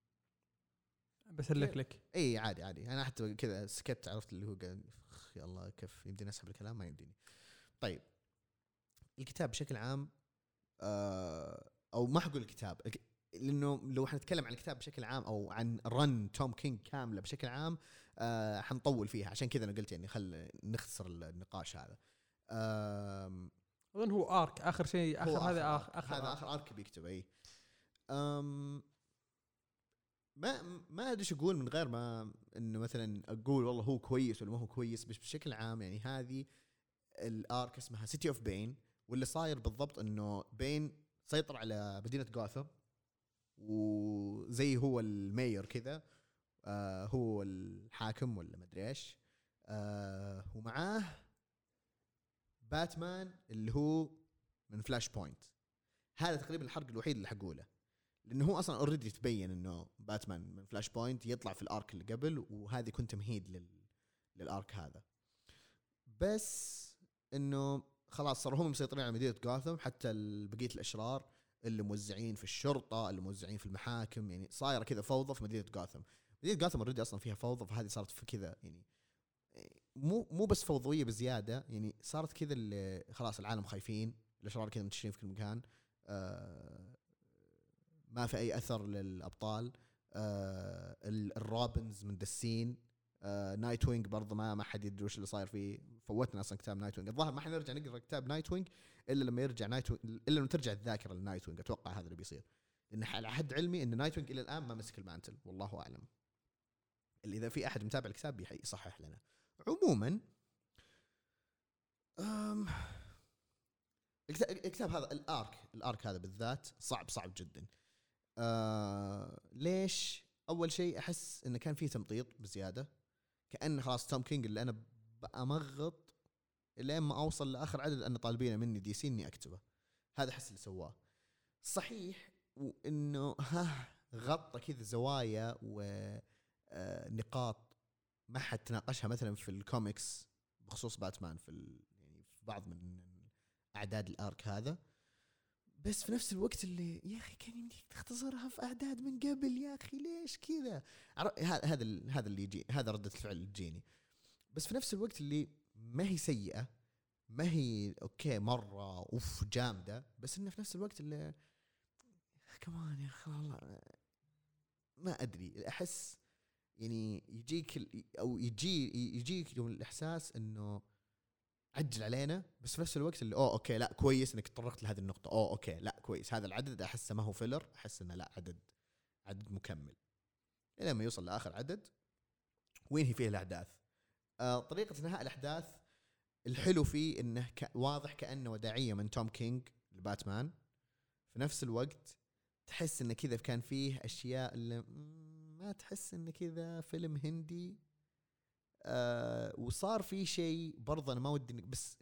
S1: بسلك لك.
S2: اي عادي عادي انا حتى كذا سكت عرفت اللي هو قال يا الله كيف يمديني اسحب الكلام ما يمديني. طيب الكتاب بشكل عام آه او ما حقول الكتاب لانه لو حنتكلم عن الكتاب بشكل عام او عن رن توم كينج كامله بشكل عام آه حنطول فيها عشان كذا انا قلت يعني خل نختصر النقاش هذا. آه
S1: اظن هو ارك اخر شيء اخر هذا اخر,
S2: آخر هذا اخر ارك بيكتب اي. أم ما ما ادري ايش اقول من غير ما انه مثلا اقول والله هو كويس ولا ما هو كويس. بس بشكل عام يعني هذه الارك اسمها سيتي اوف بين واللي صاير بالضبط انه بين سيطر على مدينه غوثام وزي هو المير كذا آه هو الحاكم ولا ما ادري ايش آه ومعاه باتمان اللي هو من فلاش بوينت. هذا تقريبا الحرق الوحيد اللي حقوله لانه هو اصلا اوريدي تبين انه باتمان من فلاش بوينت يطلع في الارك اللي قبل وهذه كنت تمهيد لل للارك هذا. بس انه خلاص صاروا هم مسيطرين على مدينه غوثام حتى بقيه الاشرار اللي موزعين في الشرطه اللي موزعين في المحاكم يعني صايره كذا فوضى في مدينه غوثام. مدينه غوثام اوريدي اصلا فيها فوضى فهذه صارت في كذا يعني مو مو بس فوضويه بزياده يعني صارت كذا اللي خلاص العالم خايفين الاشرار كذا منتشرين في كل مكان آه ما في اي اثر للابطال آه الروبنز مندسين آه نايت وينج برضه ما ما حد يدري وش اللي صاير فيه. فوتنا اصلا كتاب نايت وينج الظاهر ما حنرجع نقرا كتاب نايت وينج الا لما يرجع نايت وينج الا لما ترجع الذاكره لنايت وينج. اتوقع هذا اللي بيصير لان على حد علمي ان نايت وينج الى الان ما مسك المانتل والله اعلم. اللي اذا في احد متابع الكتاب يصحح لنا. عموما أم الكتاب هذا الارك الارك هذا بالذات صعب صعب جدا. أه ليش؟ اول شيء احس انه كان فيه تمطيط بزياده كأن خلاص توم كينج اللي انا بأمغط لين ما اوصل لاخر عدد انا طالبينه مني دي سي اني اكتبه. هذا احس اللي سواه صحيح وانه ها غطى كذا زوايا ونقاط ما حد تناقشها مثلا في الكوميكس بخصوص باتمان في يعني في بعض من اعداد الارك هذا. بس في نفس الوقت اللي يا اخي كان يمديك تختصرها في اعداد من قبل يا اخي ليش كذا. هذا هذا اللي يجي هذا ردة الفعل اللي تجيني. بس في نفس الوقت اللي ما هي سيئة ما هي اوكي مرة اوف جامدة بس انه في نفس الوقت اللي كمان يا اخي والله ما ادري احس يعني يجيك او يجي يجيك يوم الاحساس انه عجل علينا بس في نفس الوقت اللي اوه اوكي لا كويس انك تطرقت لهذه النقطه اوه اوكي لا كويس هذا العدد احسه ما هو فيلر احس انه لا عدد عدد مكمل لما يوصل لاخر عدد وينهي فيه الاحداث. آه طريقه انهاء الاحداث الحلو فيه انه واضح كانه وداعيه من توم كينج لباتمان في نفس الوقت تحس انه كذا كان فيه اشياء اللي ما تحس انه كذا فيلم هندي. آه وصار في شيء برضه انا ما ودي بس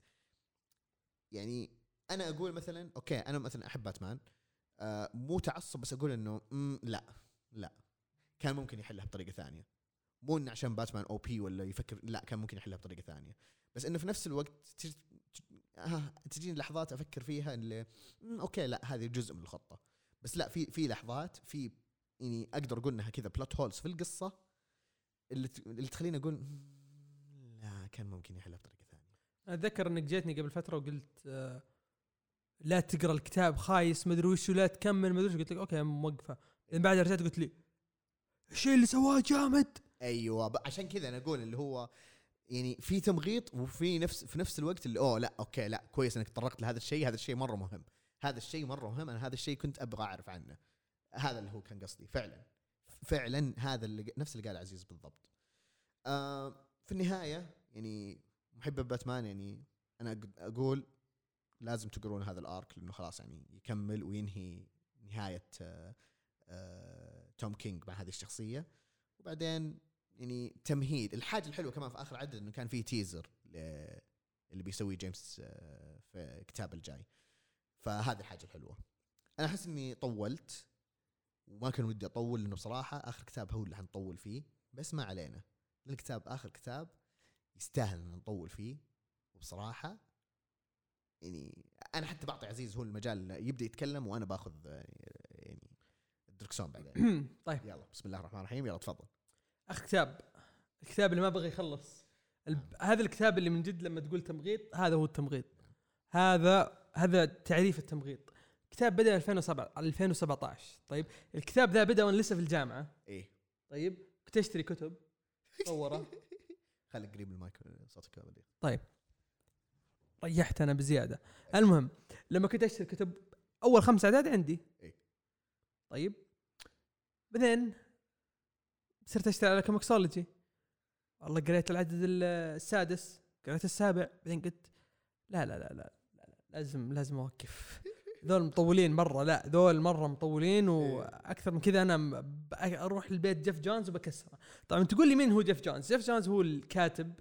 S2: يعني انا اقول مثلا اوكي انا مثلا احب باتمان آه مو تعصب بس اقول انه لا لا كان ممكن يحلها بطريقه ثانيه مو انه عشان باتمان او بي ولا يفكر لا كان ممكن يحلها بطريقه ثانيه. بس انه في نفس الوقت تج... آه تجيني لحظات افكر فيها اللي اوكي لا هذه جزء من الخطه بس لا في في لحظات في يعني اقدر اقول انها كذا بلوت هولز في القصه اللي اللي تخليني اقول لا كان ممكن يحلها بطريقه ثانيه.
S1: اتذكر انك جيتني قبل فتره وقلت آه لا تقرا الكتاب خايس ما ادري وش ولا تكمل ما ادري قلت لك اوكي موقفه. بعدين بعد رجعت قلت لي الشيء اللي سواه جامد.
S2: ايوه عشان كذا انا اقول اللي هو يعني في تمغيط وفي نفس في نفس الوقت اللي اوه لا اوكي لا كويس انك تطرقت لهذا الشيء هذا الشيء مره مهم هذا الشيء مره مهم انا هذا الشيء كنت ابغى اعرف عنه هذا اللي هو كان قصدي فعلا فعلا هذا اللي نفس اللي قال عزيز بالضبط. آه في النهايه يعني محب باتمان يعني انا اقول لازم تقرون هذا الارك لانه خلاص يعني يكمل وينهي نهايه آه آه توم كينج مع هذه الشخصيه. وبعدين يعني تمهيد الحاجه الحلوه كمان في اخر عدد انه كان فيه تيزر اللي بيسوي جيمس آه في الكتاب الجاي فهذه الحاجه الحلوه. انا احس اني طولت وما كان ودي اطول لانه بصراحه اخر كتاب هو اللي حنطول فيه بس ما علينا الكتاب اخر كتاب يستاهل ان نطول فيه. وبصراحه يعني انا حتى بعطي عزيز هو المجال يبدا يتكلم وانا باخذ يعني الدركسون بعدين.
S1: طيب
S2: يلا بسم الله الرحمن الرحيم يلا تفضل.
S1: اخر كتاب الكتاب اللي ما بغى يخلص الب... هذا الكتاب اللي من جد لما تقول تمغيط هذا هو التمغيط هذا هذا تعريف التمغيط. كتاب بدأ ألفين وسبعة ألفين وسبعة عشر. طيب الكتاب ذا بدأ وانا لسه في الجامعة.
S2: ايه
S1: طيب كنت اشتري كتب صوره
S2: خليك قريب المايك صوتك ودي.
S1: طيب ريحت انا بزياده. المهم لما كنت اشتري كتب اول خمس اعداد عندي.
S2: إيه؟
S1: طيب بعدين صرت اشتري على كوميكسولوجي والله قريت العدد السادس قريت السابع بعدين قلت لا لا لا لا, لا, لا لازم لازم اوقف ذول مطولين مره لا ذول مره مطولين واكثر من كذا انا اروح البيت جيف جونز وبكسره. طبعا تقول لي مين هو جيف جونز؟ جيف جونز هو الكاتب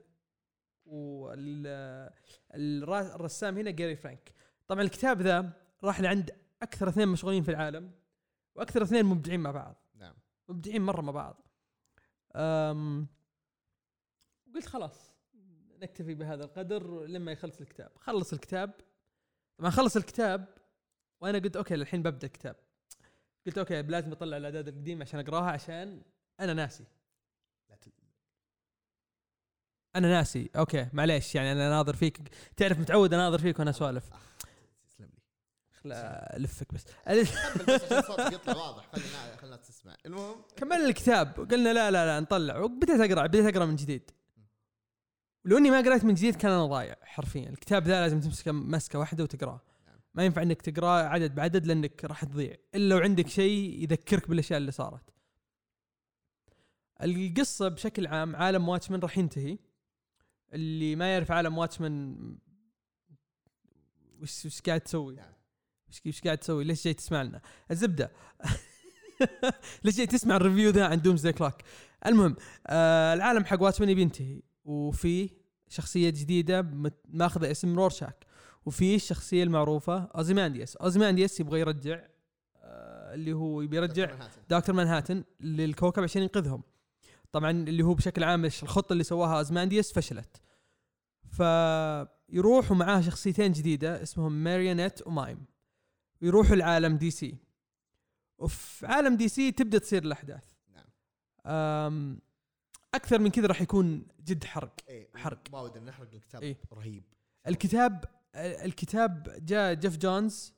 S1: والرسام هنا جاري فرانك. طبعا الكتاب ذا راح لعند اكثر اثنين مشغولين في العالم واكثر اثنين مبدعين مع بعض.
S2: نعم
S1: مبدعين مره مع بعض. أم قلت خلاص نكتفي بهذا القدر لما يخلص الكتاب. خلص الكتاب طبعا خلص الكتاب وانا قلت اوكي الحين ببدا الكتاب. قلت اوكي لازم اطلع الاعداد القديمه عشان اقراها عشان انا ناسي انا ناسي اوكي معليش يعني انا ناظر فيك تعرف متعود اناظر فيك وانا اسولف.
S2: تسلم لي
S1: خلا الفك بس
S2: بس عشان صوتك يطلع واضح خلينا خلينا تسمع. المهم
S1: كملنا الكتاب وقلنا لا لا لا نطلع وبديت اقرا بديت اقرا من جديد. ولو اني ما قرأت من جديد كان انا ضايع حرفيا. الكتاب ذا لازم تمسك مسكه واحده وتقراه ما ينفع انك تقراه عدد بعدد لانك راح تضيع الا لو عندك شيء يذكرك بالاشياء اللي صارت. القصه بشكل عام عالم واتشمان راح ينتهي. اللي ما يعرف عالم واتشمان وش وش قاعد تسوي وش وش قاعد تسوي ليش جاي تسمع لنا الزبده ليش جاي تسمع الريفيو ذا عن دومزداي كلوك. المهم آه العالم حق واتشمان بينتهي وفي شخصيه جديده ماخذه اسم رورشاك وفي الشخصيه المعروفه اوزيماندياس. اوزيماندياس يبغى يرجع آه اللي هو بيرجع دكتور مانهاتن للكوكب عشان ينقذهم. طبعا اللي هو بشكل عام الخطه اللي سواها اوزيماندياس فشلت فيروحوا معاه شخصيتين جديده اسمهم ماريونيت ومايم ويروحوا العالم دي سي. وفي عالم دي سي تبدا تصير الاحداث. نعم اكثر من كذا راح يكون جد حرق.
S2: إيه
S1: حرق
S2: ما ودنا نحرق الكتاب.
S1: إيه؟
S2: رهيب
S1: الكتاب الكتاب جاء جيف جونز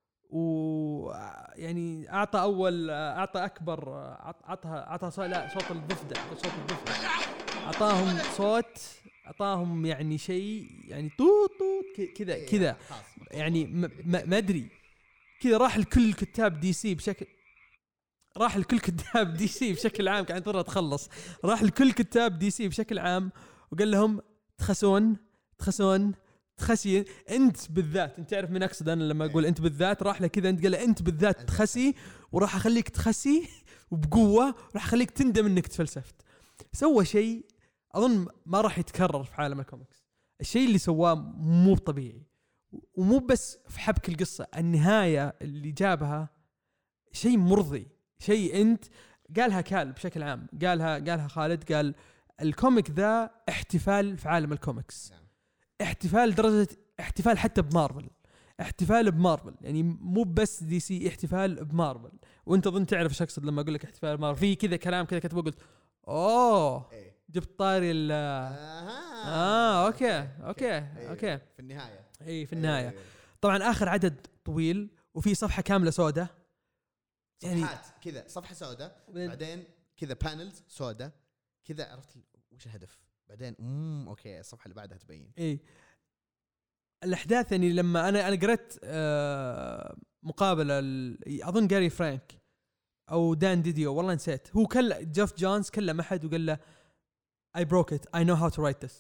S1: ويعني اعطى اول اعطى اكبر اعطى اعطى صوت لا صوت الضفدع صوت الضفدع اعطاهم صوت اعطاهم يعني شيء يعني طوط طوط كذا كذا يعني ما ادري كذا راح لكل كتاب دي سي بشكل راح لكل كتاب دي سي بشكل عام كان ترى تخلص راح لكل كتاب دي سي بشكل عام وقال لهم تخسون تخسون تخسي انت بالذات. انت تعرف من اقصد انا لما اقول انت بالذات راح له كذا انت قال له انت بالذات تخسي وراح اخليك تخسي وبقوه وراح اخليك تندم انك تفلسفت. سوى شيء اظن ما راح يتكرر في عالم الكوميكس. الشيء اللي سواه مو طبيعي ومو بس في حبك القصه النهايه اللي جابها شيء مرضي شيء انت قالها كال بشكل عام قالها قالها خالد قال الكوميك ذا احتفال في عالم الكوميكس. احتفال درجة احتفال حتى بمارفل احتفال بمارفل يعني مو بس دي سي احتفال بمارفل. وانت اظن تعرف ايش اقصد لما اقول لك احتفال بمارفل في كذا كلام كذا كتبه قلت اوه جبت طاري ال اه اوكي اوكي اوكي
S2: في النهاية
S1: اي في النهاية طبعا اخر عدد طويل وفي صفحة كاملة سوداء
S2: يعني صفحات كذا صفحة سوداء بعدين كذا بانلز سوداء كذا. عرفت وش الهدف بعدين امم اوكي الصفحه اللي بعدها تبين
S1: اي الاحداث يعني لما انا انا قرأت آه مقابله اظن جاري فرانك او دان ديديو والله نسيت هو كل جيف جونز كلم احد وقال له I broke it I know how to write this.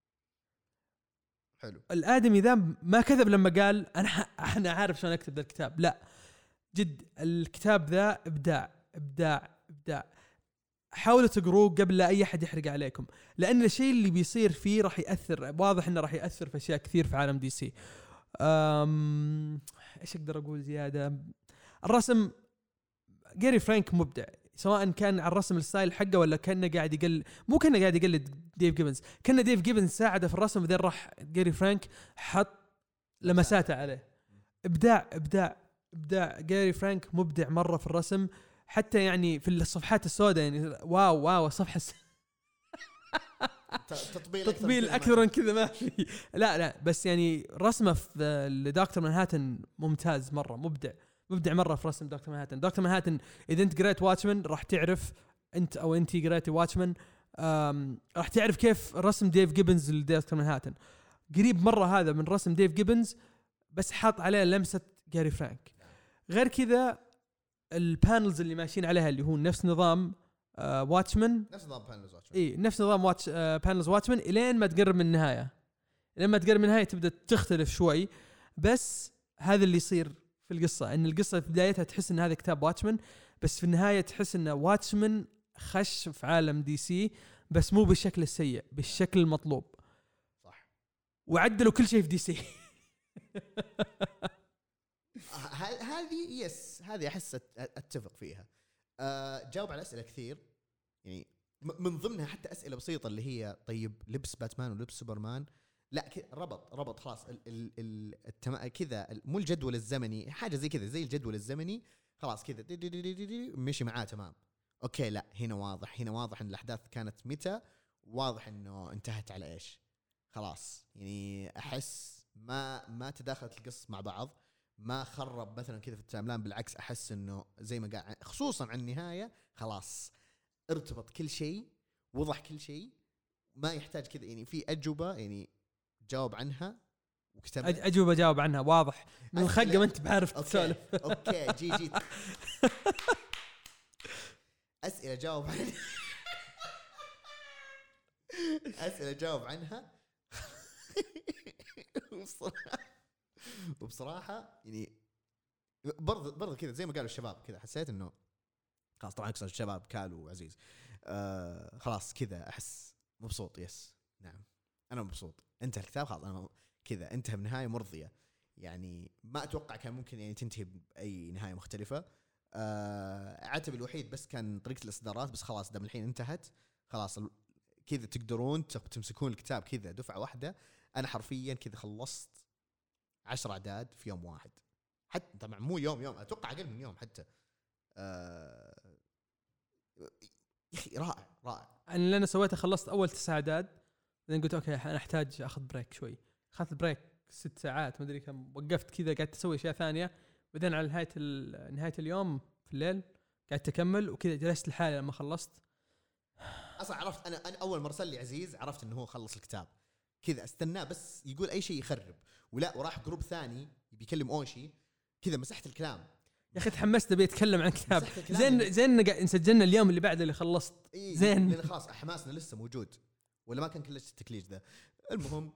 S2: حلو.
S1: الادمي ذا ما كذب لما قال انا انا عارف شلون اكتب ذا الكتاب. لا جد الكتاب ذا ابداع ابداع ابداع. حاولوا تقروه قبل لا اي احد يحرق عليكم لان الشيء اللي بيصير فيه راح ياثر واضح انه راح ياثر في اشياء كثير في عالم دي سي. أم... ايش اقدر اقول زياده؟ الرسم جاري فرانك مبدع سواء كان على الرسم الستايل حقه ولا كانه قاعد يقل مو كانه قاعد يقلد ديف جيبنز كان ديف جيبنز ساعده في الرسم وذين راح جاري فرانك حط لمساته عليه. ابداع ابداع ابداع. جاري فرانك مبدع مره في الرسم حتى يعني في الصفحات السوداء يعني واو واو الصفحه الس...
S2: تطبيل
S1: تطبيل اكثر من كذا ما في. لا لا بس يعني رسمه في لدكتور مانهاتن ممتاز مره مبدع مبدع مره في رسم دكتور مانهاتن. دكتور مانهاتن اذا انت قريت واتشمان راح تعرف انت او انتي قريتي واتشمان راح تعرف كيف رسم ديف جيبنز لدكتور مانهاتن قريب مره هذا من رسم ديف جيبنز بس حاط عليه لمسه جاري فرانك. غير كذا البانلز اللي ماشيين عليها اللي هو نفس نظام آه واتشمان
S2: نفس نظام بانلز واتشمان
S1: اي نفس نظام واتش آه بانلز واتشمان الين ما تقرب من النهايه. لما تقرب من النهايه تبدا تختلف شوي بس هذا اللي يصير في القصه ان القصه في بدايتها تحس ان هذا كتاب واتشمان بس في النهايه تحس ان واتشمان خش في عالم دي سي بس مو بالشكل السيء بالشكل المطلوب.
S2: صح.
S1: وعدلوا كل شيء في دي سي.
S2: هذه يس هذه احس اتفق فيها. أه جاوب على اسئله كثير يعني من ضمنها حتى اسئله بسيطه اللي هي طيب لبس باتمان ولبس سوبرمان لا ربط ربط خلاص التم... كذا مو الجدول الزمني حاجه زي كذا زي الجدول الزمني خلاص كذا مشي معاه تمام. اوكي لا هنا واضح هنا واضح ان الاحداث كانت متى واضح انه انتهت على ايش خلاص يعني احس ما ما تداخلت القصه مع بعض ما خرب مثلا كذا في التايملاين بالعكس احس انه زي ما قاعد خصوصا عن النهايه خلاص ارتبط كل شيء وضح كل شيء ما يحتاج كذا يعني في اجوبه يعني جاوب عنها وكتب
S1: اجوبه جاوب عنها واضح من الخقه ما انت بعرف تسولف.
S2: اوكي جي جي اسئله جاوب عنها اسئله جاوب عنها وبصراحه وبصراحه يعني برضه برضه كذا زي ما قالوا الشباب كذا حسيت انه خلاص طبعا اكثر الشباب كالو وعزيز آه خلاص كذا احس مبسوط يس نعم انا مبسوط انتهى الكتاب خلاص انا كذا انتهى بنهايه مرضيه يعني ما اتوقع كان ممكن يعني تنتهي باي نهايه مختلفه. آه عتب الوحيد بس كان طريقه الاصدارات بس خلاص دام الحين انتهت خلاص كذا تقدرون تمسكون الكتاب كذا دفعه واحده. انا حرفيا كذا خلصت عشر اعداد في يوم واحد حتى طبعا مو يوم يوم اتوقع اقل من يوم حتى. آه يا اخي رائع رائع.
S1: انا اللي انا سويته خلصت اول تسع اعداد بعدين قلت اوكي انا احتاج اخذ بريك شوي اخذت بريك ست ساعات ما ادري كم وقفت كذا قعدت اسوي اشياء ثانيه بعدين على نهايه نهايه اليوم في الليل قعدت اكمل وكذا جلست لحالي لما خلصت.
S2: اصلا عرفت انا, أنا اول مره ارسل لي عزيز عرفت انه هو خلص الكتاب كذا استناه بس يقول اي شيء يخرب ولا وراح جروب ثاني بيكلم اوشي كذا مسحت الكلام
S1: يا اخي تحمست ابي اتكلم عن كتاب زين زين سجلنا اليوم اللي بعده اللي خلصت
S2: إيه
S1: زين
S2: لان خلاص حماسنا لسه موجود ولا ما كان كلش التكليج ذا. المهم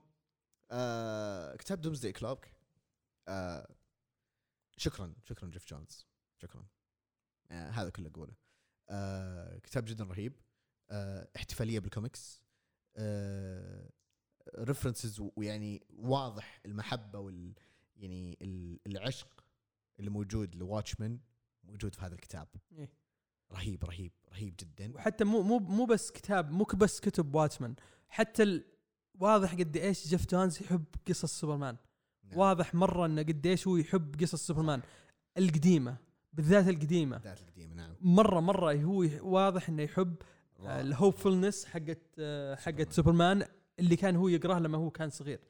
S2: آه كتاب دومزداي كلوك آه شكرا شكرا جيف جونز شكرا آه هذا كله اقوله. آه كتاب جدا رهيب آه احتفاليه بالكوميكس آه ريفرنسز ويعني واضح المحبه وال يعني العشق اللي موجود لواتشمان موجود في هذا الكتاب.
S1: إيه؟
S2: رهيب رهيب رهيب جدا.
S1: وحتى مو مو مو بس كتاب مو بس كتب واتشمان حتى ال... واضح قد ايش جيف جونز يحب قصص سوبرمان. نعم. واضح مره انه قد ايش هو يحب قصص سوبرمان القديمه بالذات القديمه
S2: بالذات القديمه نعم
S1: مره مره هو واضح انه يحب الهوبفulness حقت حقت سوبرمان اللي كان هو يقراه لما هو كان صغير.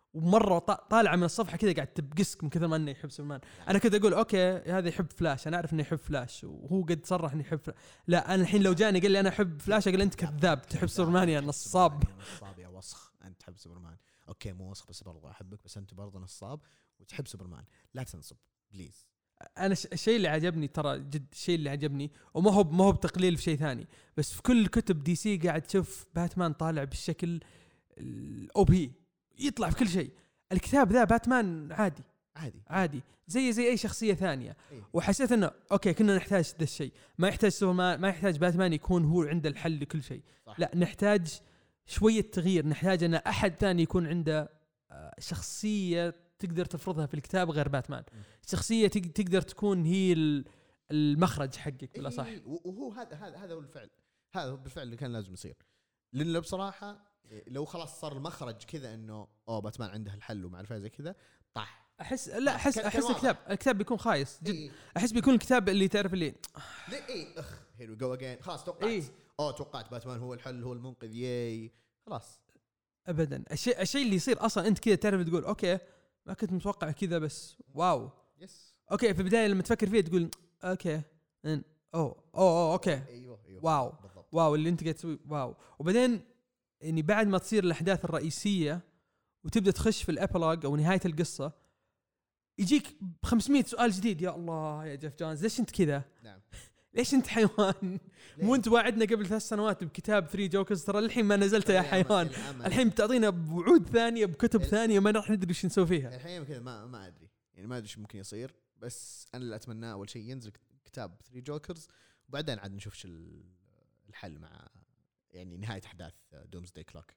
S1: ومره طالعه من الصفحه كذا قاعد تبقسك من كثر ما انه يحب سوبرمان. انا كنت اقول اوكي هذا يحب فلاش، انا اعرف انه يحب فلاش وهو قد صرح انه يحب فلاش. لا انا الحين لو جاني قال لي انا احب فلاش اقول انت كذاب تحب سوبرمان يا نصاب.
S2: نصاب يا وسخ، انت تحب سوبرمان. اوكي مو وسخ بس برضه احبك، بس انت برضه نصاب وتحب سوبرمان، لا تنصب بليز.
S1: انا الشيء اللي عجبني ترى جد الشيء اللي عجبني وما هو ما هو بتقليل في شيء ثاني، بس في كل كتب دي سي قاعد تشوف باتمان طالع بالشكل الاو بي يطلع في كل شيء. الكتاب ذا باتمان عادي
S2: عادي
S1: عادي زي زي اي شخصيه ثانيه.
S2: إيه؟
S1: وحسيت انه اوكي كنا نحتاج ذا الشيء، ما يحتاج سوبرمان، ما يحتاج باتمان يكون هو عنده الحل لكل شيء. لا نحتاج شويه تغيير، نحتاج ان احد ثاني يكون عنده شخصيه تقدر تفرضها في الكتاب غير باتمان. م. شخصيه تقدر تكون هي المخرج حقك بلا صح.
S2: إيه وهو هذا هذا هذا هو الفعل، هذا بالفعل اللي كان لازم يصير. لأنه بصراحه لو خلاص صار المخرج كذا انه اوه باتمان عنده الحل وما عارف زي كذا طح.
S1: احس لا احس احس الكتاب الكتاب بيكون خايس جد.
S2: إيه؟
S1: احس بيكون الكتاب اللي تعرف اللي
S2: ايه اخ هير وي جو اجين خلاص توقعت إيه؟ اوه توقعت باتمان هو الحل هو المنقذ ياي خلاص. ابدا
S1: الشيء الشيء اللي يصير اصلا انت كذا تعرف تقول اوكي ما كنت متوقع كذا بس واو
S2: يس
S1: اوكي في البدايه لما تفكر فيه تقول اوكي ان اوه اوه اوكي
S2: ايوه ايوه
S1: واو
S2: بالضبط.
S1: واو اللي انت قاعد تسوي واو. وبعدين يعني بعد ما تصير الاحداث الرئيسيه وتبدا تخش في الابلوج او نهايه القصه يجيك خمسمية سؤال جديد. يا الله يا جيف جونز ليش انت كذا؟
S2: نعم
S1: ليش انت حيوان؟ مو انت واعدنا قبل ثلاث سنوات بكتاب ثري جوكرز ترى الحين ما نزلت يا حيوان، الحين بتعطينا بوعود ثانيه بكتب ثانيه ما راح ندري ايش نسوي فيها.
S2: الحين كذا ما ما ادري يعني ما ادري ايش ممكن يصير، بس انا اللي اتمناه اول شيء ينزل كتاب ثري جوكرز وبعدين عاد نشوف شو الحل مع يعني نهايه احداث دومز داي كلوك.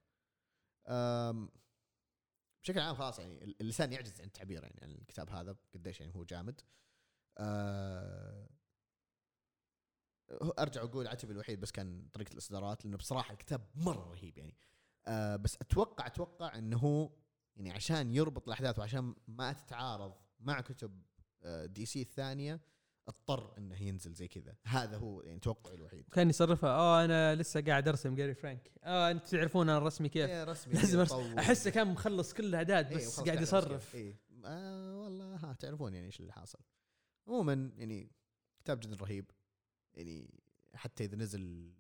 S2: بشكل عام خلاص يعني اللسان يعجز عن التعبير يعني عن الكتاب هذا قديش يعني هو جامد. أه ارجع اقول عتب الوحيد بس كان طريقه الاصدارات، لانه بصراحه الكتاب مره رهيب يعني. أه بس اتوقع اتوقع انه هو يعني عشان يربط الاحداث وعشان ما تتعارض مع كتب دي سي الثانيه اضطر انه ينزل زي كذا. هذا هو يعني توقعي الوحيد.
S1: كان يصرفها اه انا لسه قاعد ارسم جاري فرانك اه انت تعرفون انا الرسمي كيف
S2: إيه رسمي
S1: لازم احسه كان مخلص كل الاعداد بس إيه قاعد يصرف.
S2: ايه آه والله ها تعرفون يعني ايش اللي حاصل. عموما يعني كتاب جدا رهيب يعني، حتى اذا نزل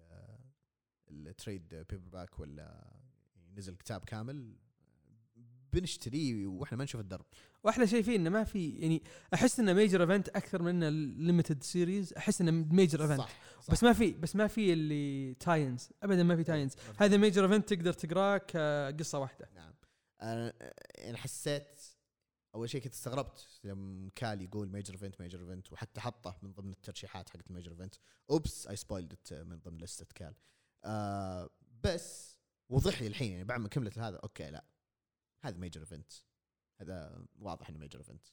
S2: التريد بيبر باك ولا نزل كتاب كامل بنشتريه واحنا ما نشوف الدرب.
S1: واحلى شيء فيه انه ما في يعني احس انه ميجر ايفنت اكثر من الليميتد سيريز. احس انه ميجر ايفنت
S2: صح صح.
S1: بس ما في بس ما في اللي تاينز ابدا ما في تاينز. هذا ميجر ايفنت تقدر تقراه كقصه واحده.
S2: نعم انا يعني حسيت اول شيء كنت استغربت لما كال يقول ميجر ايفنت ميجر ايفنت وحتى حطه من ضمن الترشيحات حقت الميجر ايفنت. اوبس اي سبويلد من ضمن لستة كال. آه بس وضح لي الحين يعني بعد ما كملت هذا اوكي لا هذا ميجر ايفنت، هذا واضح انه ميجر ايفنت.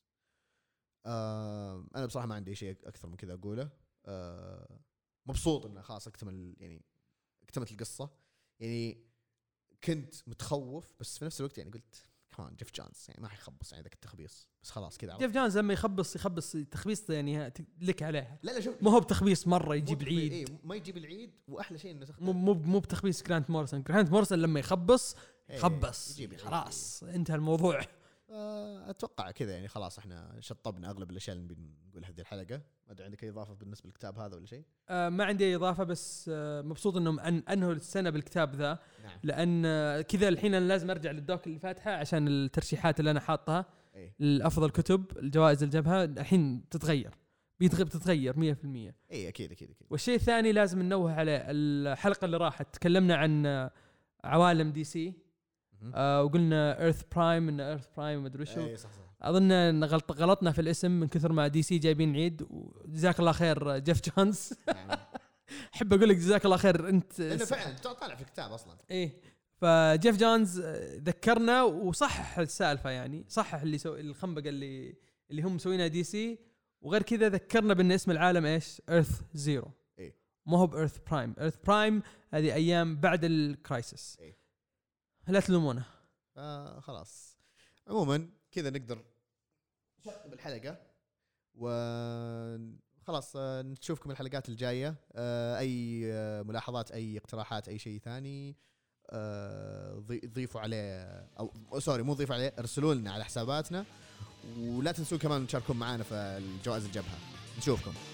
S2: آه انا بصراحه ما عندي شيء اكثر من كذا اقوله. آه مبسوط انه خلاص اكتمل يعني اكتملت القصه يعني. كنت متخوف بس في نفس الوقت يعني قلت كمان جيف جونز يعني ما حيخبص يعني ذاك التخبيص بس خلاص كذا.
S1: جيف جونز لما يخبص يخبص تخبيص يعني لك عليها.
S2: لا لا شوف
S1: ما هو بتخبيص مره يجيب العيد.
S2: إيه ما يجيب العيد واحلى شيء انه
S1: مو مو مو بتخبيص جرانت مورسون. جرانت مورسون لما يخبص خبص
S2: إيه
S1: خلاص انتهى الموضوع.
S2: اتوقع كذا يعني خلاص احنا شطبنا اغلب الاشياء اللي بنقول هذه الحلقه. ما ادري عندك اي اضافه بالنسبه للكتاب هذا ولا شيء؟
S1: آه ما عندي اي اضافه بس آه مبسوط انهم أن انهوا السنه بالكتاب ذا.
S2: نعم.
S1: لان آه كذا الحين انا لازم ارجع للدوك اللي فاتحه عشان الترشيحات اللي انا حاطها
S2: إيه؟
S1: الافضل كتب الجوائز اللي جابها الحين تتغير بيتغير بتتغير مية في المية.
S2: اي اكيد اكيد اكيد.
S1: والشيء الثاني لازم ننوه عليه الحلقه اللي راحت تكلمنا عن عوالم دي سي آه وقلنا ايرث برايم ان ايرث برايم ما ادري شو.
S2: أي صح صح.
S1: اظن ان غلط غلطنا في الاسم من كثر ما دي سي جايبين عيد. وجزاك الله خير جيف جونز. احب اقول لك جزاك الله خير انت
S2: لانه فعلا طالع في الكتاب اصلا.
S1: ايه فجيف جونز ذكرنا وصحح السالفه يعني صحح اللي سو الخنبقه اللي اللي هم مسوينها دي سي. وغير كذا ذكرنا بان اسم العالم ايش ايرث زيرو.
S2: ايه
S1: ما هو بايرث برايم. ايرث برايم هذه ايام بعد الكرايسيس.
S2: إيه؟
S1: لا تلومونه.
S2: آه خلاص عموما كذا نقدر نشطب الحلقه وخلاص. آه نشوفكم الحلقات الجايه. آه اي آه ملاحظات اي اقتراحات اي شيء ثاني آه ضي- ضيفوا عليه او سوري مو ضيفوا عليه ارسلوا لنا على حساباتنا، ولا تنسوا كمان تشاركون معنا في الجوائز الجبهة. نشوفكم.